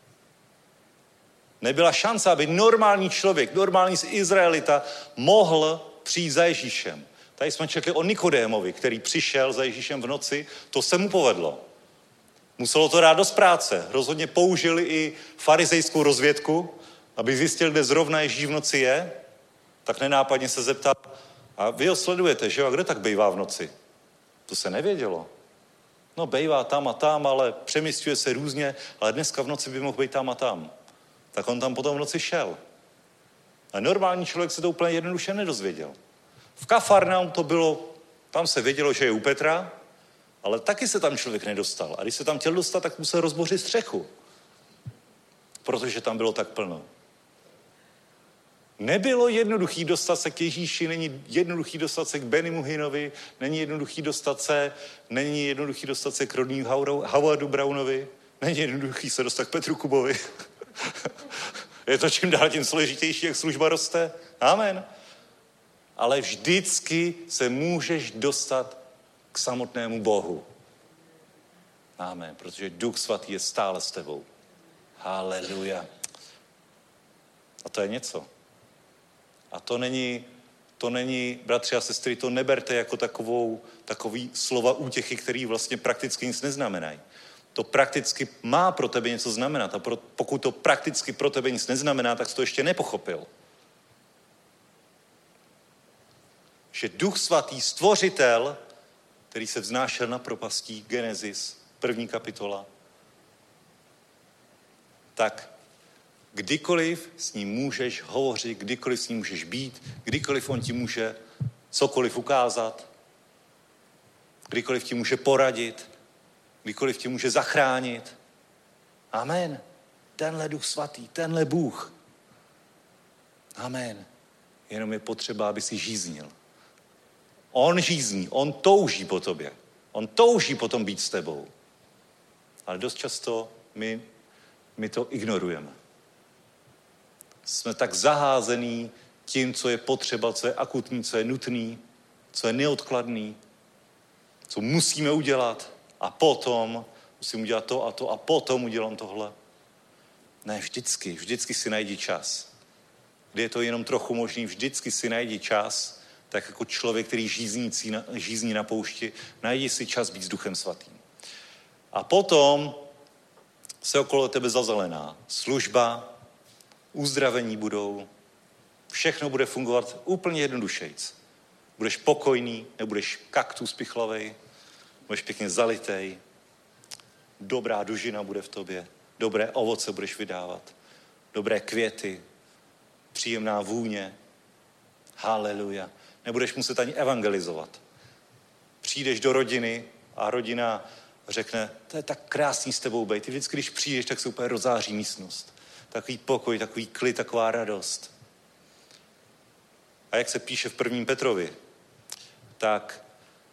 Speaker 2: Nebyla šance, aby normální člověk, normální Izraelita mohl přijít za Ježíšem. Tady jsme čekali o Nikodémovi, který přišel za Ježíšem v noci, to se mu povedlo. Muselo to dát dost práce. Rozhodně použili i farizejskou rozvědku, aby zjistil, kde zrovna Ježíš v noci je, tak nenápadně se zeptal, a vy ho sledujete, že jo, a kde tak bejvá v noci? To se nevědělo. No bejvá tam a tam, ale přemysťuje se různě, ale dneska v noci by mohl být tam a tam. tak on tam potom v noci šel. A normální člověk se to úplně jednoduše nedozvěděl. V Kafarnaum to bylo, tam se vědělo, že je u Petra, ale taky se tam člověk nedostal. A když se tam chtěl dostat, tak musel rozbořit střechu. Protože tam bylo tak plno. Nebylo jednoduchý dostat se k Ježíši, není jednoduchý dostat se k Benny Muhinovi, není jednoduchý dostat se k Rodneymu Howardu Brownovi, není jednoduchý se dostat k Petru Kubovi. Je to čím dál tím složitější, jak služba roste. Amen. Ale vždycky se můžeš dostat k samotnému Bohu. Amen. Protože Duch Svatý je stále s tebou. Haleluja. A to je něco. A to není, bratři a sestry, to neberte jako takový slova útěchy, který vlastně prakticky nic neznamenají. To prakticky má pro tebe něco znamenat. A pokud to prakticky pro tebe nic neznamená, tak jsi to ještě nepochopil. Že Duch Svatý, stvořitel, který se vznášel na propastí, Genesis, 1. kapitola, tak kdykoliv s ním můžeš hovořit, kdykoliv s ním můžeš být, kdykoliv on ti může cokoliv ukázat, kdykoliv ti může poradit, kdykoliv ti může zachránit. Amen. Tenhle Duch Svatý, tenhle Bůh. Amen. Jenom je potřeba, aby si žíznil. On žízní, on touží po tobě. On touží potom být s tebou. Ale dost často my to ignorujeme. Jsme tak zaházený tím, co je potřeba, co je akutní, co je nutný, co je neodkladný, co musíme udělat a potom musím udělat to a to a potom udělám tohle. Ne, vždycky si najdi čas. Kdy je to jenom trochu možný, vždycky si najdi čas, tak jako člověk, který žízní na poušti, najdi si čas být s Duchem Svatým. A potom se okolo tebe zazelená služba, uzdravení budou, všechno bude fungovat úplně jednodušejc. Budeš pokojný, nebudeš kaktus pichlavej, budeš pěkně zalitej, dobrá dužina bude v tobě, dobré ovoce budeš vydávat, dobré květy, příjemná vůně. Haleluja. Nebudeš muset ani evangelizovat. Přijdeš do rodiny a rodina řekne, to je tak krásný s tebou bejt. Ty vždycky, když přijdeš, tak se úplně rozáří místnost. Takový pokoj, takový klid, taková radost. A jak se píše v 1. Petrovi, tak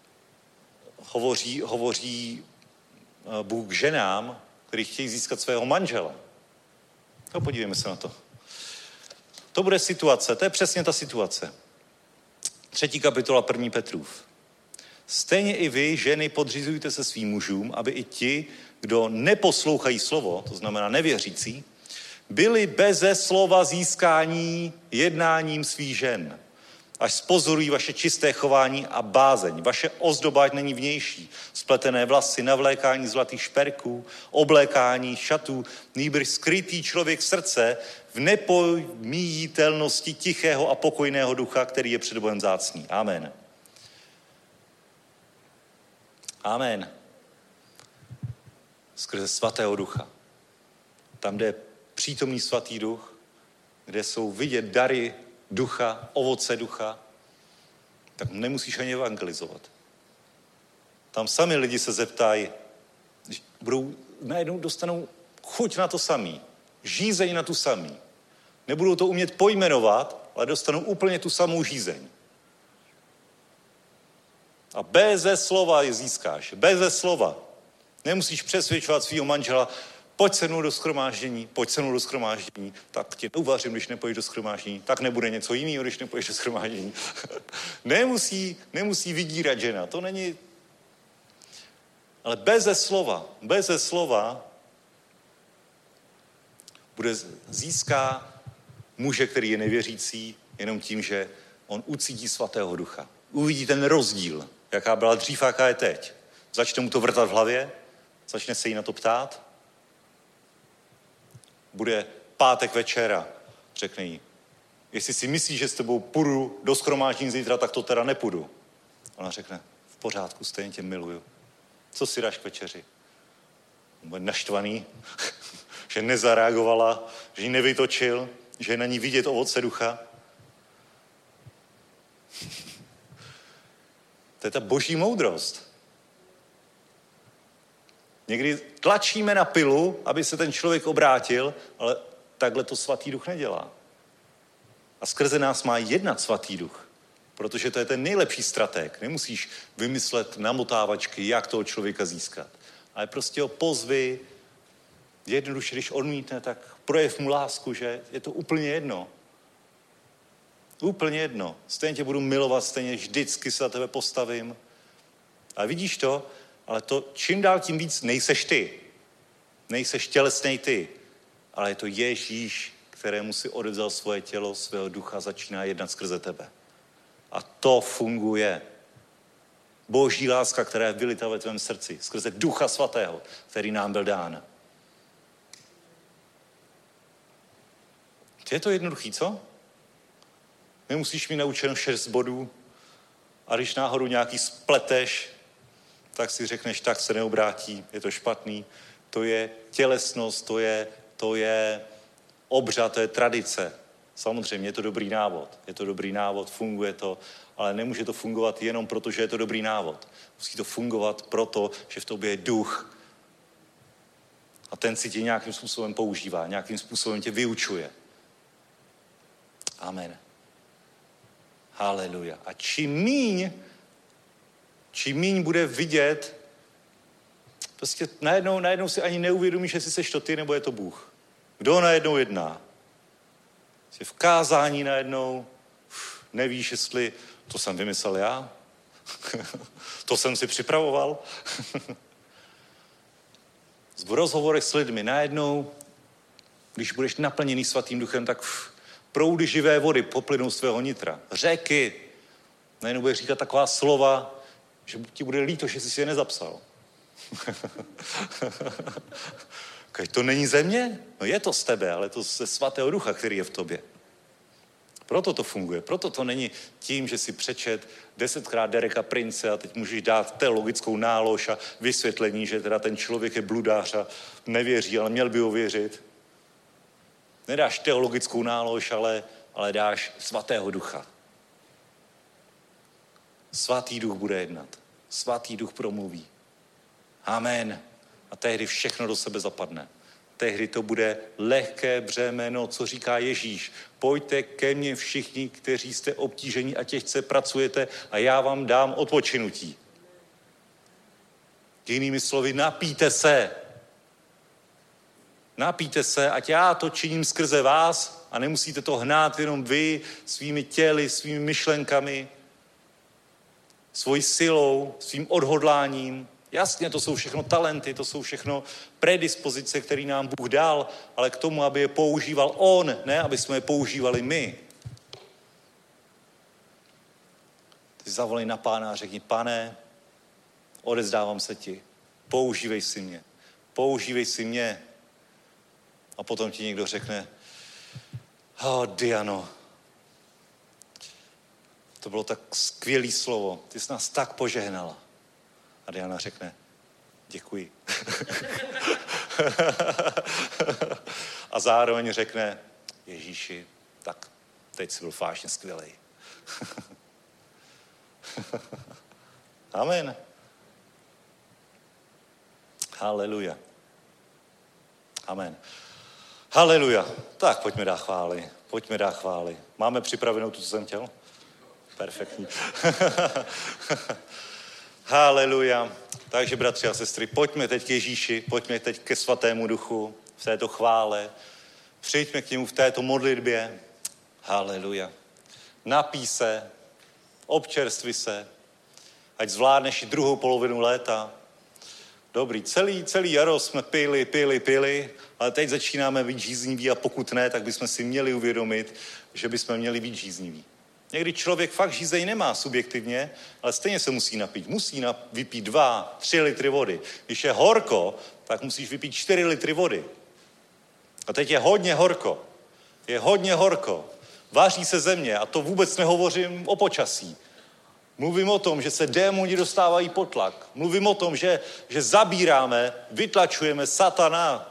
Speaker 2: hovoří Bůh k ženám, který chtějí získat svého manžela. No, podívejme se na to. To bude situace, to je přesně ta situace. 3. kapitola 1. Petrův. Stejně i vy, ženy, podřizujte se svým mužům, aby i ti, kdo neposlouchají slovo, to znamená nevěřící, byli beze slova získání jednáním svých žen. Až spozorují vaše čisté chování a bázeň. Vaše ozdoba není vnější. Spletené vlasy, navlékání zlatých šperků, oblékání šatů, nýbrž skrytý člověk srdce v nepomíjitelnosti tichého a pokojného ducha, který je před Bohem vzácný. Amen. Amen. Skrze svatého ducha. Tam, kde je přítomný svatý duch, kde jsou vidět dary ducha, ovoce ducha, tak nemusíš ani evangelizovat. Tam sami lidi se zeptají, najednou dostanou chuť na to samý, žízeň na tu samý. Nebudou to umět pojmenovat, ale dostanou úplně tu samou žízeň. A beze slova je získáš. Beze slova. Nemusíš přesvědčovat svýho manžela, pojď se mnou do shromáždění, tak tě neuvařím, když nepůjdeš do shromáždění, tak nebude něco jiného, když nepůjdeš do shromáždění. nemusí vydírat žena, to není... Ale beze slova získá muže, který je nevěřící, jenom tím, že on ucítí svatého ducha. Uvidí ten rozdíl, jaká byla dřív, jaká je teď. Začne mu to vrtat v hlavě, začne se jí na to ptát. Bude pátek večera, řekne jí, jestli si myslíš, že s tebou půjdu do shromáždění zítra, tak to teda nepůjdu. Ona řekne, v pořádku, stejně tě miluju. Co si dáš k večeři? Bude naštvaný, že nezareagovala, že ji nevytočil, že je na ní vidět ovoce ducha. To je ta boží moudrost. Někdy tlačíme na pilu, aby se ten člověk obrátil, ale takhle to svatý duch nedělá. A skrze nás má jednat svatý duch, protože to je ten nejlepší stratég. Nemusíš vymyslet namotávačky, jak toho člověka získat. Ale prostě ho pozvi, jednoduše, když odmítne, tak projev mu lásku, že je to úplně jedno. Úplně jedno. Stejně tě budu milovat, stejně vždycky se za tebe postavím. A vidíš to, ale to čím dál tím víc nejseš ty. Nejseš tělesnej ty, ale je to Ježíš, kterému si odevzal svoje tělo, svého ducha, začíná jednat skrze tebe. A to funguje. Boží láska, která je vylita ve tvém srdci, skrze Ducha Svatého, který nám byl dán. Je to jednoduchý, co? Nemusíš mít naučeno 6 bodů a když náhodou nějaký spleteš, tak si řekneš, tak se neobrátí, je to špatný. To je tělesnost, to je obřad, to je tradice. Samozřejmě je to dobrý návod, funguje to, ale nemůže to fungovat jenom proto, že je to dobrý návod. Musí to fungovat proto, že v tobě je duch a ten si tě nějakým způsobem používá, nějakým způsobem tě vyučuje. Amen. Haleluja. A čím míň bude vidět, prostě najednou si ani neuvědomíš, jestli seš to ty, nebo je to Bůh. Kdo najednou jedná? Jsi v kázání najednou, nevíš, jestli to jsem vymyslel já, to jsem si připravoval. V rozhovorech s lidmi najednou, když budeš naplněný svatým duchem, tak proudy živé vody poplynou z tvého nitra. Řeky. Najednou budeš říkat taková slova, že ti bude líto, že jsi si je nezapsal. To není ze mě? No je to z tebe, ale to ze svatého ducha, který je v tobě. Proto to funguje. Proto to není tím, že si přečet 10krát Dereka Prince a teď můžeš dát teologickou nálož a vysvětlení, že teda ten člověk je bludář a nevěří, ale měl by ho věřit. Nedáš teologickou nálož, ale dáš svatého ducha. Svatý duch bude jednat. Svatý duch promluví. Amen. A tehdy všechno do sebe zapadne. Tehdy to bude lehké břemeno, co říká Ježíš. Pojďte ke mně všichni, kteří jste obtížení a těžce pracujete a já vám dám odpočinutí. Jinými slovy, napijte se. Napijte se, ať já to činím skrze vás a nemusíte to hnát jenom vy svými těly, svými myšlenkami, svojí silou, svým odhodláním. Jasně, to jsou všechno talenty, to jsou všechno predispozice, které nám Bůh dal, ale k tomu, aby je používal On, ne aby jsme je používali my. Ty zavolej na Pána a řekni, Pane, odevzdávám se ti, používej si mě. A potom ti někdo řekne, Diano, to bylo tak skvělý slovo, ty jsi nás tak požehnala. A Diana řekne, děkuji. A zároveň řekne, Ježíši, tak teď jsi byl vážně skvělej. Amen. Haleluja. Amen. Haleluja. Tak pojďme dát chvály. Máme připravenou tu, co jsem chtěl? Perfektní. Haleluja. Takže, bratři a sestry, pojďme teď k Ježíši, pojďme teď ke svatému duchu v této chvále. Přijďme k němu v této modlitbě. Haleluja. Napij se, občerstvi se, ať zvládneš i druhou polovinu léta. Dobrý, celý jaro jsme pili, ale teď začínáme být žízniví a pokud ne, tak bychom si měli uvědomit, že bychom měli být žízniví. Někdy člověk fakt žízeň nemá subjektivně, ale stejně se musí napít. Musí vypít 2-3 litry vody. Když je horko, tak musíš vypít 4 litry vody. A teď je hodně horko. Vaří se země a to vůbec nehovořím o počasí. Mluvím o tom, že se démoni dostávají pod tlak. Mluvím o tom, že zabíráme, vytlačujeme satana,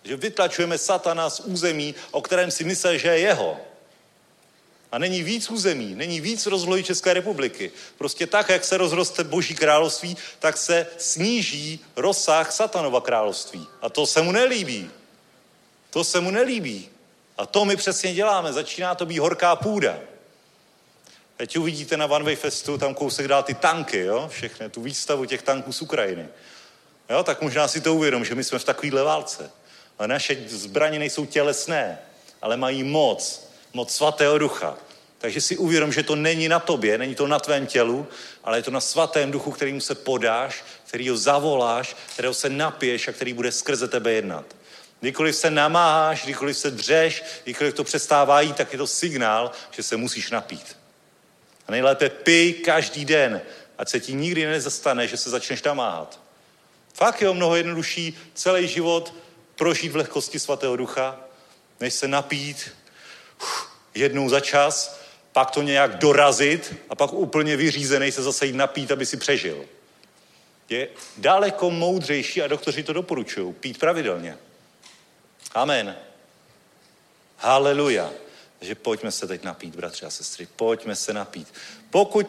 Speaker 2: Že vytlačujeme satana z území, o kterém si myslel, že je jeho. A není víc území, není víc rozlohy České republiky. Prostě tak, jak se rozroste Boží království, tak se sníží rozsah satanova království. A to se mu nelíbí. To se mu nelíbí. A to my přesně děláme. Začíná to být horká půda. Teď uvidíte na One Way Festu, tam kousek dál ty tanky, jo? Všechny, tu výstavu těch tanků z Ukrajiny. Jo? Tak možná si to uvědom, že my jsme v takovýhle válce. Ale naše zbraně nejsou tělesné, ale mají moc svatého ducha. Takže si uvědom, že to není na tobě, není to na tvém tělu, ale je to na svatém duchu, kterýmu se podáš, kterýho zavoláš, kterého se napiješ a který bude skrze tebe jednat. Kdykoliv se namáháš, kdykoliv se dřeš, kdykoliv to přestává jít, tak je to signál, že se musíš napít. A nejlépe pij každý den, ať se ti nikdy nezastane, že se začneš namáhat. Fakt je mnoho jednodušší celý život prožít v lehkosti svatého ducha, než se napít jednou za čas, pak to nějak dorazit a pak úplně vyřízený se zase jít napít, aby si přežil. Je daleko moudřejší a doktoři to doporučují, pít pravidelně. Amen. Haleluja. Takže pojďme se teď napít, bratři a sestry, pojďme se napít. Pokud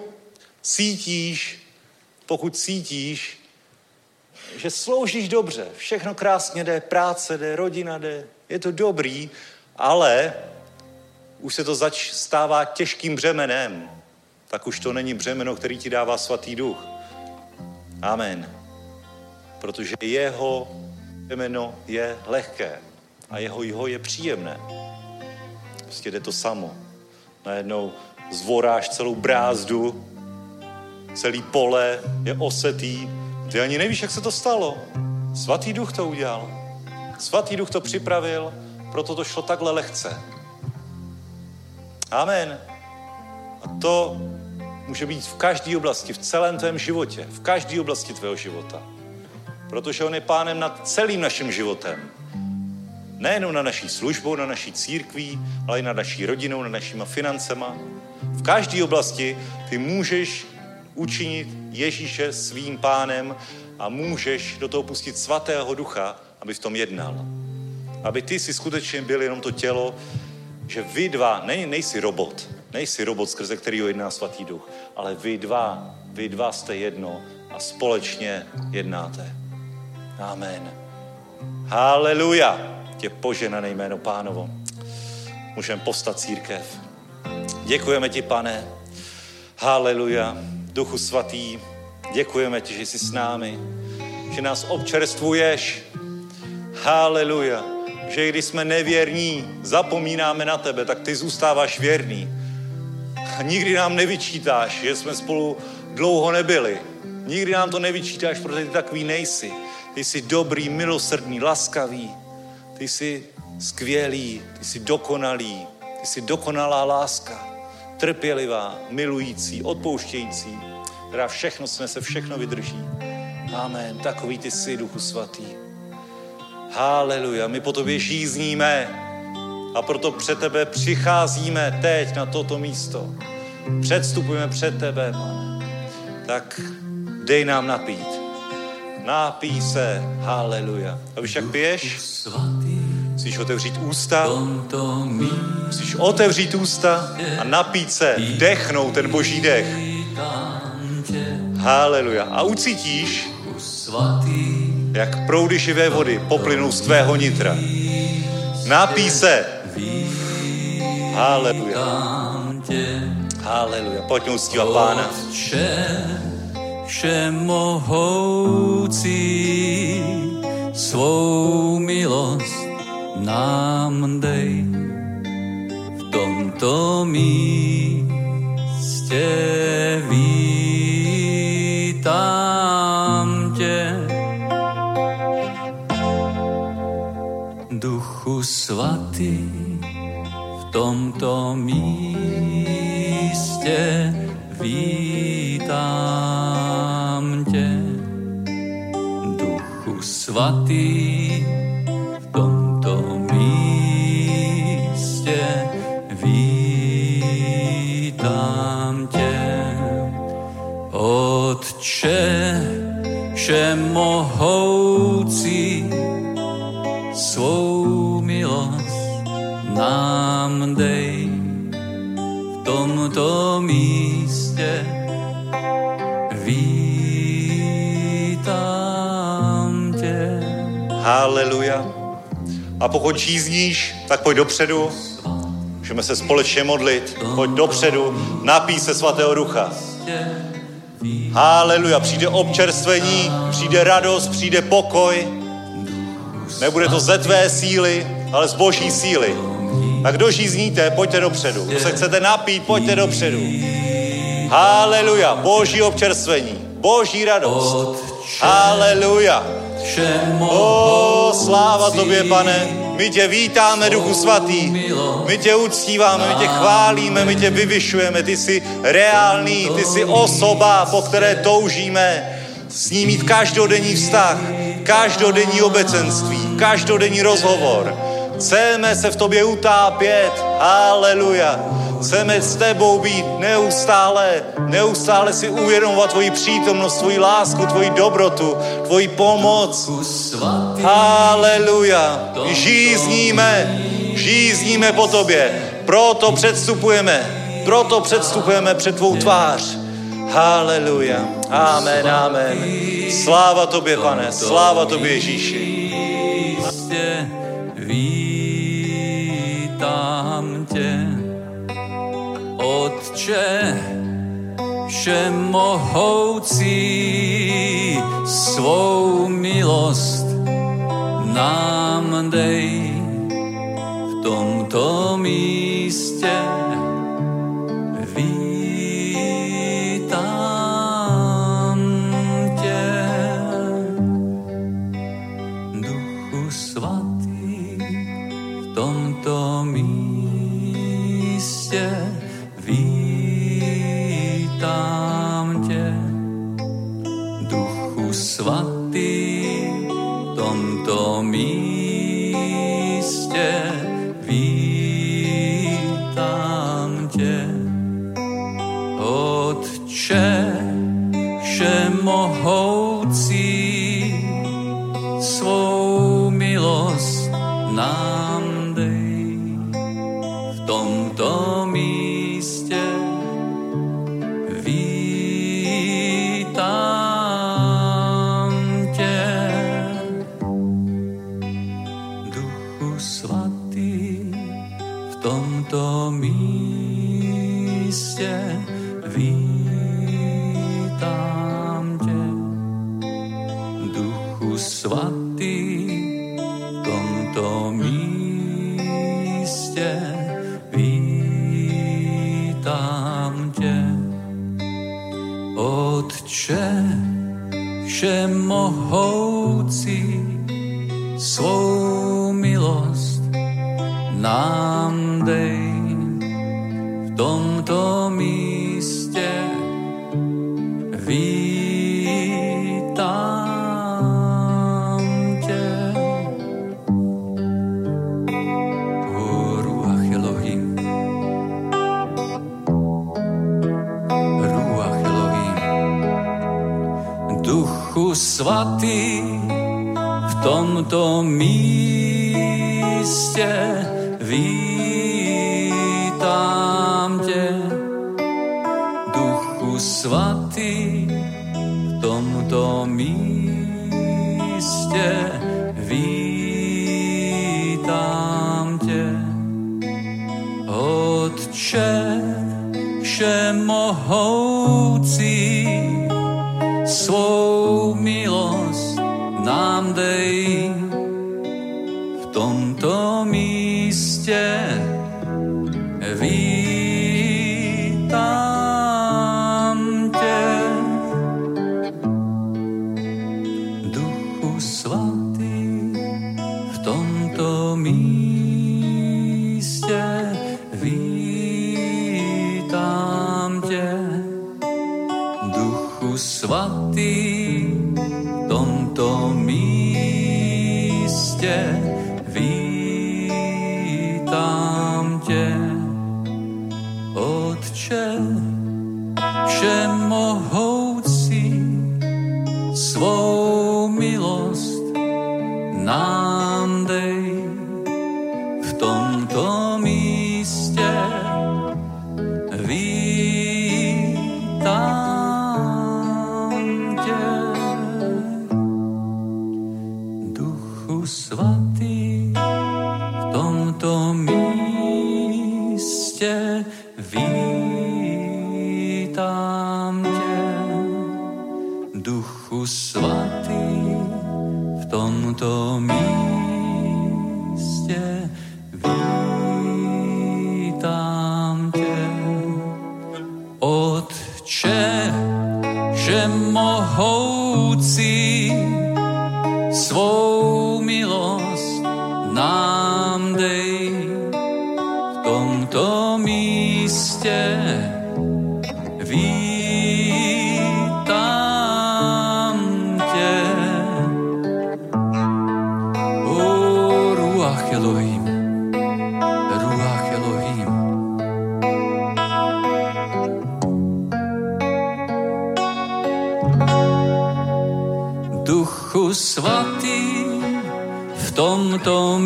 Speaker 2: cítíš, že sloužíš dobře, všechno krásně jde, práce jde, rodina jde, je to dobrý, ale už se to stává těžkým břemenem, tak už to není břemeno, který ti dává svatý duch. Amen. Protože jeho břemeno je lehké a jeho je příjemné. Prostě jde to samo. Najednou zvoráš celou brázdu, celý pole je osetý. Ty ani nevíš, jak se to stalo. Svatý duch to udělal. Svatý duch to připravil, proto to šlo takhle lehce. Amen. A to může být v každé oblasti, v celém tvém životě, v každé oblasti tvého života. Protože on je pánem nad celým naším životem. Nejenom na naší službou, na naší církví, ale i na naší rodinou, na našima financema. V každé oblasti ty můžeš učinit Ježíše svým pánem a můžeš do toho pustit svatého ducha, aby v tom jednal. Aby ty si skutečně byl jenom to tělo, že vy dva, nejsi robot, skrze kterýho jedná svatý duch, ale vy dva jste jedno a společně jednáte. Amen. Haleluja. Tě poženané jméno Pánovo. Můžeme povstat církev. Děkujeme ti, Pane. Haleluja. Duchu svatý, děkujeme ti, že jsi s námi, že nás občerstvuješ. Haleluja. Že když jsme nevěrní, zapomínáme na tebe, tak ty zůstáváš věrný. A nikdy nám nevyčítáš, že jsme spolu dlouho nebyli. Nikdy nám to nevyčítáš, protože ty takový nejsi. Ty jsi dobrý, milosrdný, laskavý. Ty jsi skvělý, ty jsi dokonalý, ty jsi dokonalá láska, trpělivá, milující, odpouštějící, která všechno snese, všechno vydrží. Amen. Takový ty jsi, Duchu svatý. Haleluja. My po tobě žízníme a proto před tebe přicházíme teď na toto místo. Předstupujeme před tebe, Pane. Tak dej nám napít. Napij se. Haleluja. A víš, jak piješ? Musíš otevřít ústa. Musíš otevřít ústa a napít se, vdechnout ten boží dech. Haleluja. A ucítíš, jak proudy živé vody poplynou z tvého nitra. Napij se. Haleluja. Haleluja. Pojďme uctívat Pána.
Speaker 1: Všemohoucí, svou milost nám dej. V tomto místě vítám tě. Duchu svatý, v tomto místě vítám tě. Duchu svatý, v tomto místě vítám tě. Otče všemohoucí, svou nám dej v tomto místě. Vítám tě.
Speaker 2: Haleluja. A pokud žízníš, tak pojď dopředu. Můžeme se společně modlit. Pojď dopředu, napij se Svatého Ducha. Haleluja. Přijde občerstvení, přijde radost, přijde pokoj. Nebude to ze tvé síly, ale z Boží síly. A kdo žízníte, pojďte dopředu. Kdo se chcete napít, pojďte dopředu. Haleluja. Boží občerstvení, Boží radost. Haleluja. O, sláva tobě, Pane. My tě vítáme, Duchu Svatý. My tě uctíváme, my tě chválíme, my tě vyvyšujeme. Ty jsi reálný, ty jsi osoba, po které toužíme. S ním mít každodenní vztah, každodenní obecenství, každodenní rozhovor. Chceme se v tobě utápět. Haleluja. Chceme s tebou být neustále si uvědomovat tvoji přítomnost, tvoji lásku, tvoji dobrotu, tvoji pomoc. Haleluja. Žízníme po tobě. Proto předstupujeme před tvou tvář. Haleluja. Amen, amen. Sláva tobě, Pane, sláva tobě, Ježíši.
Speaker 1: Vítám tě, Otče všemohoucí, svou milost nám dej v tomto místě. Vítám tě, Duchu Svatý, v tomto místě. Vítám tě, Duchu Svatý, v tomto místě. Vítám tě, Otče všemohoucí, svou milost nám dej v tomto místě. Vítám tě, Duchu Svatý, v tomto místě. Vítám tě, Duchu Svatý, v tomto místě. Vítám tě, Otče všemohoucí, svou milost nám dej v tomto místě. Vítám tě, o Ruach Elohim, Ruach Elohim, Duchu Svatý, v tomto místě. Vítám tě, Duchu Svatý, v tomto místě. Vítám tě, Otče všemohoucí, svou milost nám dej v tomto místě. Vítám tě, Duchu Svatý, v tomto místě. Vítám tě, Duchu Svatý, v tomto místě. Vítám tě, Otče všemohoucí, svou milost nám dej v tomto místě. místě vítám tě. Duchu svatý, v tomto místě vítám tě. Otče, všemohoucí, svou milost nám dej. V tomto místě vítám tě. O Ruach Elohim, Ruach Elohim. Duchu svatý, v tomto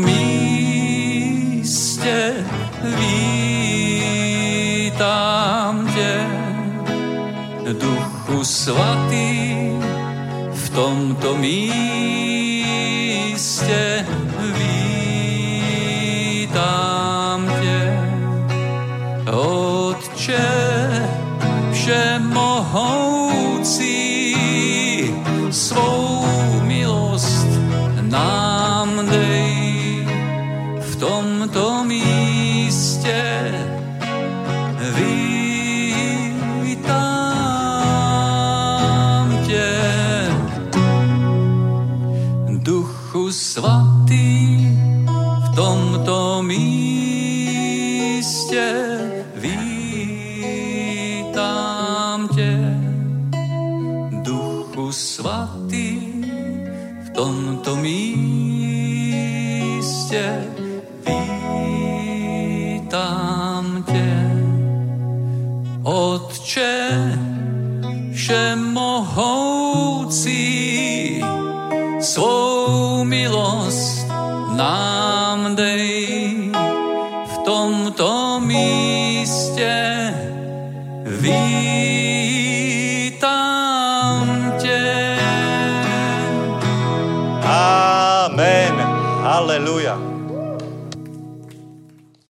Speaker 1: místě vítám tě. Duchu svatý, v tomto místě vítám tě. Otče všemohoucí, svou milost nám dej. V tomto místě vítám tě. Duchu svatý, v tomto místě vítám tě. Duchu svatý, v tomto místě vítám tě. Otče všemohoucí, svou milost nám dej. V tomto místě vítám tě.
Speaker 2: Amen. Haleluja.